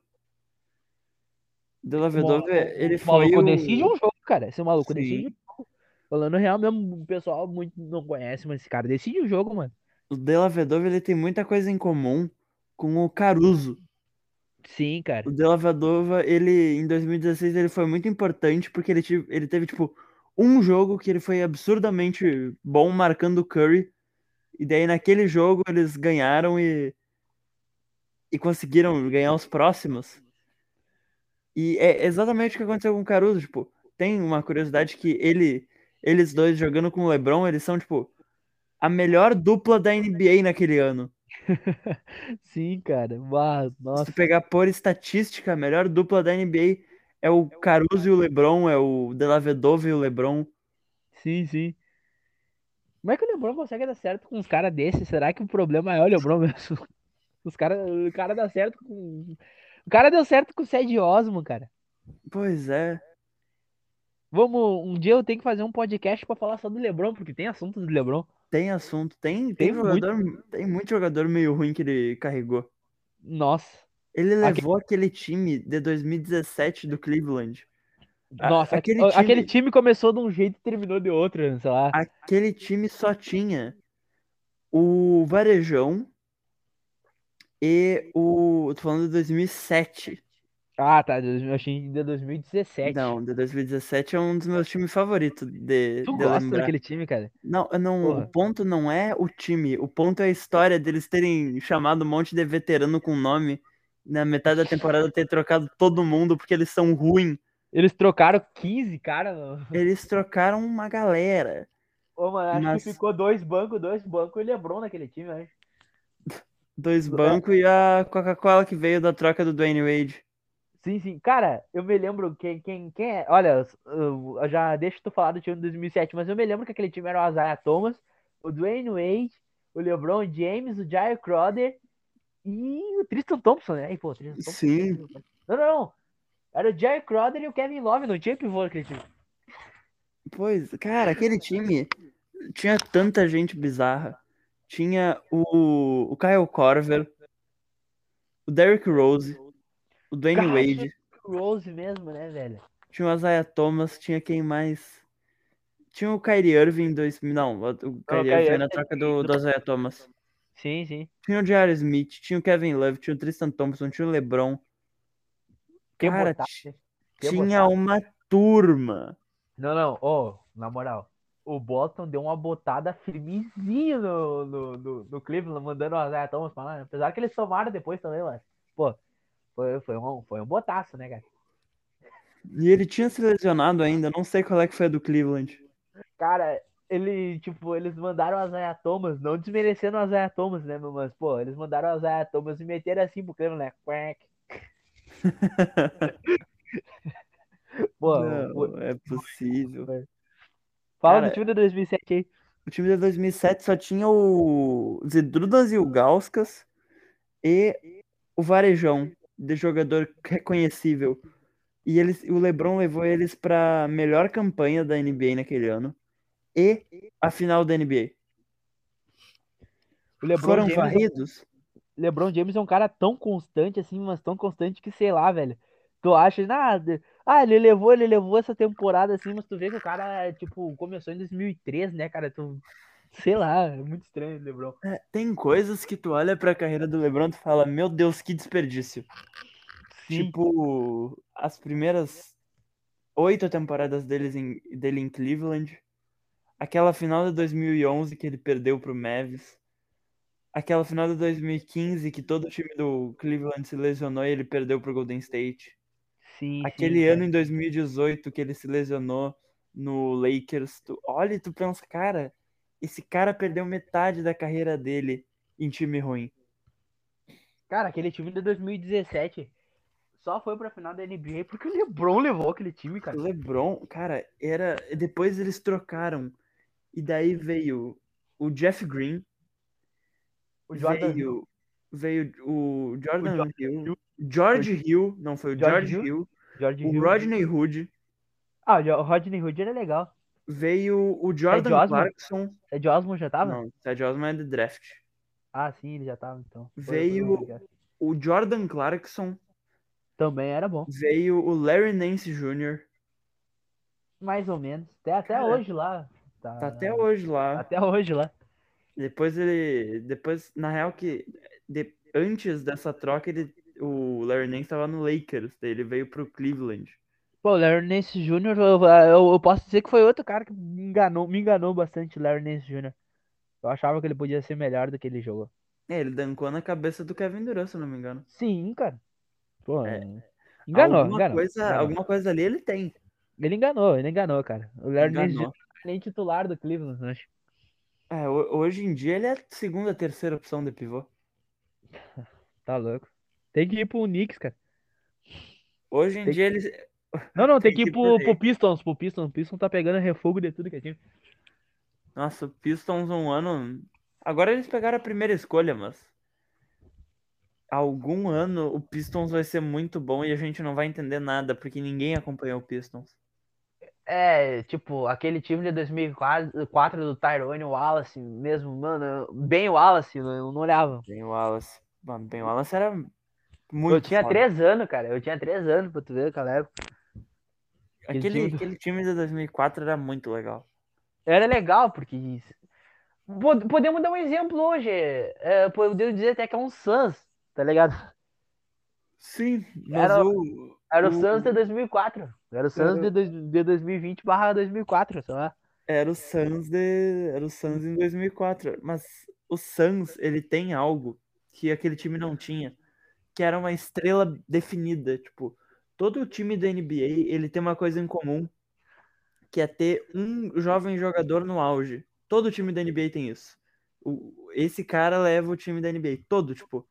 De La O, ma- Vedova, o- ele o foi maluco decide o. um jogo, cara. Esse maluco decide um Sim. jogo. Falando real mesmo, o pessoal muito não conhece, mas esse cara decide o jogo, mano. O De La Vedova, ele tem muita coisa em comum com o Caruso. Sim, O cara. De La Vedova, ele, em dois mil e dezesseis, ele foi muito importante porque ele, tive, ele teve, tipo, um jogo que ele foi absurdamente bom marcando o Curry. E daí, naquele jogo, eles ganharam e, e conseguiram ganhar os próximos. E é exatamente o que aconteceu com o Caruso, tipo, tem uma curiosidade que ele, eles dois jogando com o LeBron, eles são, tipo, a melhor dupla da N B A naquele ano. Sim, cara. Uau, Se tu nossa. pegar por estatística, a melhor dupla da N B A é o Caruso e o LeBron, é o De La Vedova e o LeBron. Sim, sim. Como é que o LeBron consegue dar certo com uns caras desses? Será que o problema é o LeBron mesmo? Os cara, o cara dá certo com. O cara deu certo com o Cedi Osmo, cara. Pois é, Vamos, um dia eu tenho que fazer um podcast pra falar só do LeBron, porque tem assunto do LeBron. tem assunto, tem, Tem tem muito. jogador, tem muito jogador meio ruim que ele carregou. Nossa. Ele Aque- levou aquele time de dois mil e dezessete do Cleveland. A- Nossa, aque- aquele aquele time, time começou de um jeito e terminou de outro, sei lá. aquele time só tinha o Varejão e o. Tô falando de dois mil e sete. Ah, tá. Eu achei de dois mil e dezessete. Não, de dois mil e dezessete é um dos meus times favoritos de, Tu de gosta lembrar. daquele time, cara? Não, eu não, o Porra. ponto não é o time, o ponto é a história deles terem chamado um monte de veterano com nome, na metade da temporada ter trocado todo mundo porque eles são ruins. Eles trocaram quinze, cara. Eles trocaram uma galera, Ô, mano, acho que mas ficou dois bancos, dois bancos e LeBron naquele time, eu acho. dois É, bancos e a Coca-Cola que veio da troca do Dwayne Wade. sim, sim. Cara, eu me lembro quem, quem, quem é. Olha, eu eu já deixo tu falar do time de dois mil e sete, mas eu me lembro que aquele time era o Isaiah Thomas, o Dwayne Wade, o LeBron James, o Jair Crowder e o Tristan Thompson, né? Aí, pô, o Tristan Thompson não Sim, tem. Não, não, não. Era o Jair Crowder e o Kevin Love, não tinha pivô naquele time. pois, cara, aquele time tinha tanta gente bizarra. Tinha o, o Kyle Korver, o Derrick Rose, o Dwayne Cara, tinha Wade, o Rose mesmo, né, velho? tinha o Isaiah Thomas, tinha quem mais? Tinha o Kyrie Irving em dois mil. Não, o Não, o Kyrie Irving foi Kyrie na troca do, do Isaiah Thomas. Sim, sim. Tinha o J R. Smith, tinha o Kevin Love, tinha o Tristan Thompson, tinha o LeBron. Que Cara, botar, t- que tinha botar. uma turma. Não, não, ô, na moral. O Boston deu uma botada firmezinha no, no, no, no Cleveland, mandando o Isaiah Thomas pra lá, né? Apesar que eles tomaram depois também, mas, pô, foi, foi, um, foi um botaço, né, cara? E ele tinha se lesionado ainda, não sei qual é que foi a do Cleveland. Cara, ele, tipo, eles mandaram o Isaiah Thomas, não desmerecendo o Isaiah Thomas, né, meu, mas, pô, eles mandaram o Isaiah Thomas e meteram assim pro Cleveland, né? Quack. Pô, foi, Não, é possível. foi. Fala do Cara, time de dois mil e sete aí. o time de dois mil e sete só tinha o Zydrunas Ilgauskas e o Varejão, de jogador reconhecível. E eles, o LeBron levou eles pra melhor campanha da N B A naquele ano e a final da N B O A. LeBron Foram James é varridos? LeBron James é um cara tão constante assim, mas tão constante que, sei lá, velho. Tu acha, nada. Ah, ele levou, ele levou essa temporada assim, mas tu vê que o cara, tipo, começou em dois mil e três, né, cara? Tu, sei lá, é muito estranho o LeBron. É, tem coisas que tu olha pra carreira do LeBron e tu fala, meu Deus, que desperdício. Sim. Tipo, as primeiras oito temporadas deles em, dele em Cleveland, aquela final de dois mil e onze que ele perdeu pro Mavs, Aquela final de dois mil e quinze que todo o time do Cleveland se lesionou e ele perdeu pro Golden State. Sim, sim, Aquele ano cara. em dois mil e dezoito que ele se lesionou no Lakers. Tu olha e tu pensa, cara, esse cara perdeu metade da carreira dele em time ruim. Cara, aquele time de dois mil e dezessete só foi pra final da N B A porque o LeBron levou aquele time, O cara. LeBron, cara, era. Depois eles trocaram. E daí veio o Jeff Green, O Jordan Hill, veio, veio o o Jordan Jordan Hill, Hill, foi George Hill, não foi o George George Hill, Hill, George o Hill. Rodney Hood, Ah, o Jo- o Rodney Hood era legal. veio o Ted Jordan Osman? Clarkson, Ted Osman já tava? não, Ted Osman é de draft, Ah, sim, ele já tava, então. Foi, foi veio obrigado. o Jordan Clarkson, Também era bom. veio o Larry Nance Júnior Mais ou menos. Até, até Cara, hoje lá. tá Tá. até hoje lá. Até hoje lá. Depois ele, depois, na real que de- antes dessa troca, ele, o Larry Nance tava no Lakers, daí ele veio pro Cleveland. Pô, o Larry Nance Júnior, eu, eu, eu posso dizer que foi outro cara que me enganou, me enganou bastante, o Larry Nance Júnior Eu achava que ele podia ser melhor do que ele jogou. É, ele dancou na cabeça do Kevin Durant, se eu não me engano. Sim, cara. Pô, É, enganou, alguma enganou, coisa, enganou. alguma coisa ali ele tem. Ele enganou, ele enganou, cara. O Larry Nance Júnior Enganou. não é nem titular do Cleveland, eu acho. É, ho- hoje em dia ele é a segunda, terceira opção de pivô. Tá louco. Tem que ir pro Knicks, cara. Hoje em Tem dia que... ele Não, não, tem tem que ir que ir por pro, pro aí. Pistons, pro Pistons. O Pistons tá pegando refogo de tudo que é time. Nossa, o Pistons um ano. Agora eles pegaram a primeira escolha, mas algum ano o Pistons vai ser muito bom e a gente não vai entender nada, porque ninguém acompanhou o Pistons. É, tipo, aquele time de dois mil e quatro do Tyrone Wallace mesmo, mano, bem Wallace, eu não olhava. Ben Wallace. Mano, Ben Wallace era Eu muito tinha foda. três anos, cara, eu tinha três anos pra tu ver aquela época. Aquele Aquele, time do... aquele time de dois mil e quatro era muito legal. Era legal, porque... Pod- Podemos dar um exemplo hoje, é, podemos dizer até que é um Suns, tá ligado? Sim, mas Era, o, era o o Suns de dois mil e quatro, era o Suns era, de, dois, de dois mil e vinte barra dois mil e quatro, sei lá. era o Suns de, era o Suns em dois mil e quatro, mas o Suns, ele tem algo que aquele time não tinha, que era uma estrela definida, tipo, todo o time da N B A, ele tem uma coisa em comum, que é ter um jovem jogador no auge. Todo time da N B A tem isso. O, esse cara leva o time da N B A, todo, tipo,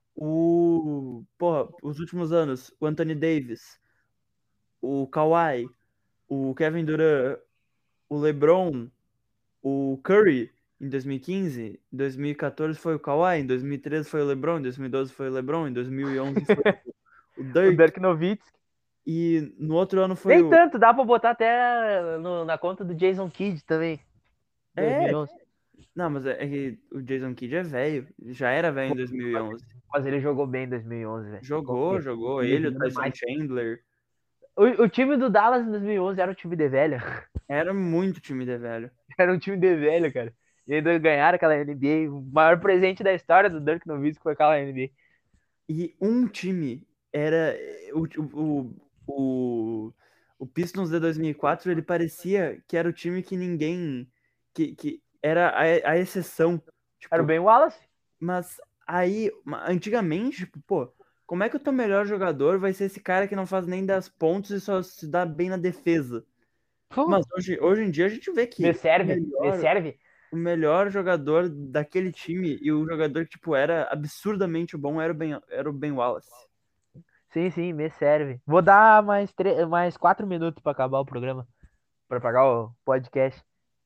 o, porra, os últimos anos, o Anthony Davis, o Kawhi, o Kevin Durant, o LeBron, o Curry em dois mil e quinze, em dois mil e quatorze foi o Kawhi, em dois mil e treze foi o LeBron, em dois mil e doze foi o LeBron, em dois mil e onze foi o O Dirk, Dirk Nowitzki. e no outro ano foi Nem o. tanto, dá pra botar até no- na conta do Jason Kidd também, É, dois mil e onze. não, mas é, é que o Jason Kidd é velho, já era velho em dois mil e onze. Mas ele jogou bem em dois mil e onze, velho. Jogou, Confia. jogou, Ele ele, o jogou Tyson demais. Chandler. O, o time do Dallas em dois mil e onze era um time de velho. Era muito time de velho. Era um time de velho, cara. E ainda ganharam aquela N B A. O maior presente da história do Dirk Nowitzki foi aquela N B A. E um time era o, o, o, o Pistons de dois mil e quatro, ele parecia que era o time que ninguém que, que era a, a exceção, Era o tipo, Ben Wallace. mas aí antigamente, tipo, pô, como é que o teu melhor jogador vai ser esse cara que não faz nem dez pontos e só se dá bem na defesa? Pô, Mas hoje, hoje em dia a gente vê me que o serve, me melhor serve. o melhor jogador daquele time e o jogador que, tipo, era absurdamente bom era o Ben, era o Ben Wallace. Sim, sim, me serve. Vou dar mais, tre- mais quatro minutos pra acabar o programa. Pra pagar o podcast.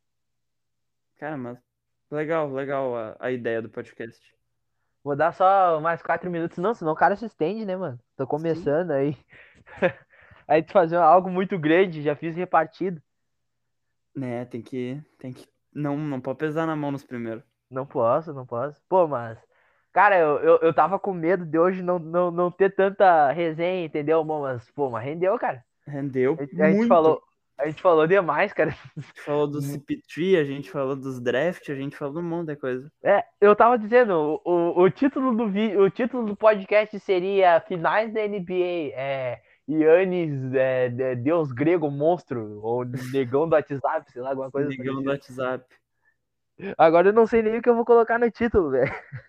Cara, mas legal, legal a, a ideia do podcast. Vou dar só mais quatro minutos. Não, senão o cara se estende, né, mano? Tô Sim. começando aí. Aí tu fazer algo muito grande, já fiz repartido. Né, tem que, tem que, não, não pode pesar na mão nos primeiros. Não posso, não posso. Pô, mas. Cara, eu, eu, eu tava com medo de hoje não, não, não ter tanta resenha, entendeu? Bom, mas, pô, mas rendeu, cara. A Rendeu gente, a gente muito. falou. A gente falou demais, cara. A gente falou do C P três, a gente falou dos draft, a gente falou de um monte de coisa. É, eu tava dizendo, o, o, o título do vi, o título do podcast seria Finais da N B A, é, Yannis, é, de- Deus grego monstro, ou negão do WhatsApp, sei lá, alguma coisa Negão do parecida. WhatsApp. Agora eu não sei nem o que eu vou colocar no título, velho.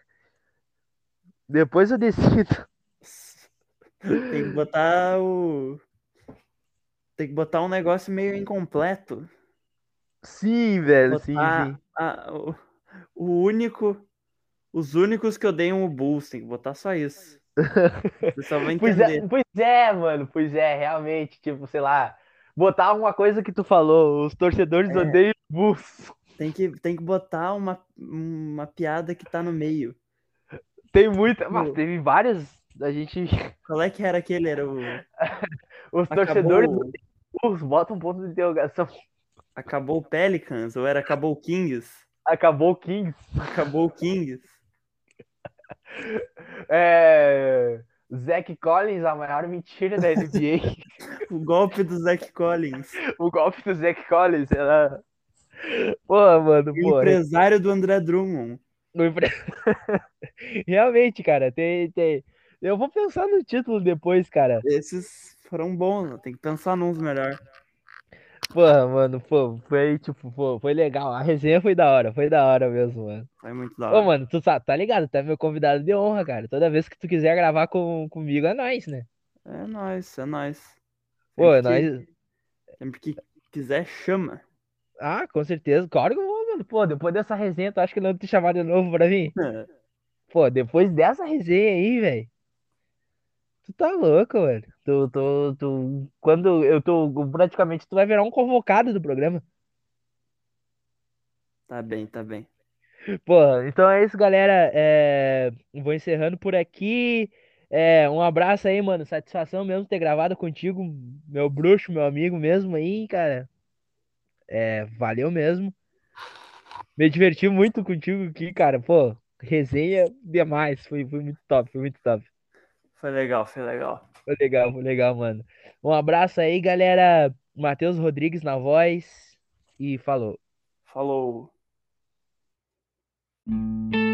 Depois eu decido. Tem que botar o. Tem que botar um negócio meio incompleto. Sim, velho, sim, Botar sim. a- o, o único. Os únicos que odeiam o Bulls. Tem que botar só isso. Você só vai Pois é, entender. pois é, mano, pois é, realmente, tipo, sei lá, botar alguma coisa que tu falou, os torcedores É, odeiam o Bulls. tem que, tem que botar uma, uma piada que tá no meio. Tem muita, mas Pô, teve várias, a gente, qual é que era aquele? Era o. os torcedores do Acabou. Bulls botam um ponto de interrogação, Acabou o Pelicans? Ou era acabou o Kings? acabou o Kings. Acabou o Kings. É, Zach Collins, a maior mentira da N B A. O golpe do Zach Collins. O golpe do Zach Collins, ela... Pô, mano, O pô, empresário do André Drummond. o empre- realmente, cara, tem, tem. Eu vou pensar no título depois, cara. Esses foram bons, né? Tem que pensar nos melhor. Porra, mano, pô, foi tipo, pô, foi legal. A resenha foi da hora, foi da hora mesmo, mano. Foi muito da Ô, hora. mano, tu tá, tá ligado? Tu é meu convidado de honra, cara. Toda vez que tu quiser gravar com, comigo, é nóis, né? É nóis, é nóis. Pô, Sempre é que, nóis. sempre que quiser, chama. Ah, com certeza. Claro que eu vou, mano. Pô, depois dessa resenha, tu acha que não te chamar de novo pra mim? Pô, depois dessa resenha aí, velho. Tu tá louco, mano. Tu, tu, tu, quando eu tô, praticamente, tu vai virar um convocado do programa. Tá bem, tá bem. Pô, então é isso, galera. É, vou encerrando por aqui. É, um abraço aí, mano. Satisfação mesmo ter gravado contigo, meu bruxo, meu amigo mesmo aí, cara. É, valeu mesmo. Me diverti muito contigo aqui, cara. Pô, resenha demais. Foi, foi muito top, foi muito top. Foi legal, foi legal. Foi legal, foi legal, mano. Um abraço aí, galera. Matheus Rodrigues na voz. E falou. Falou.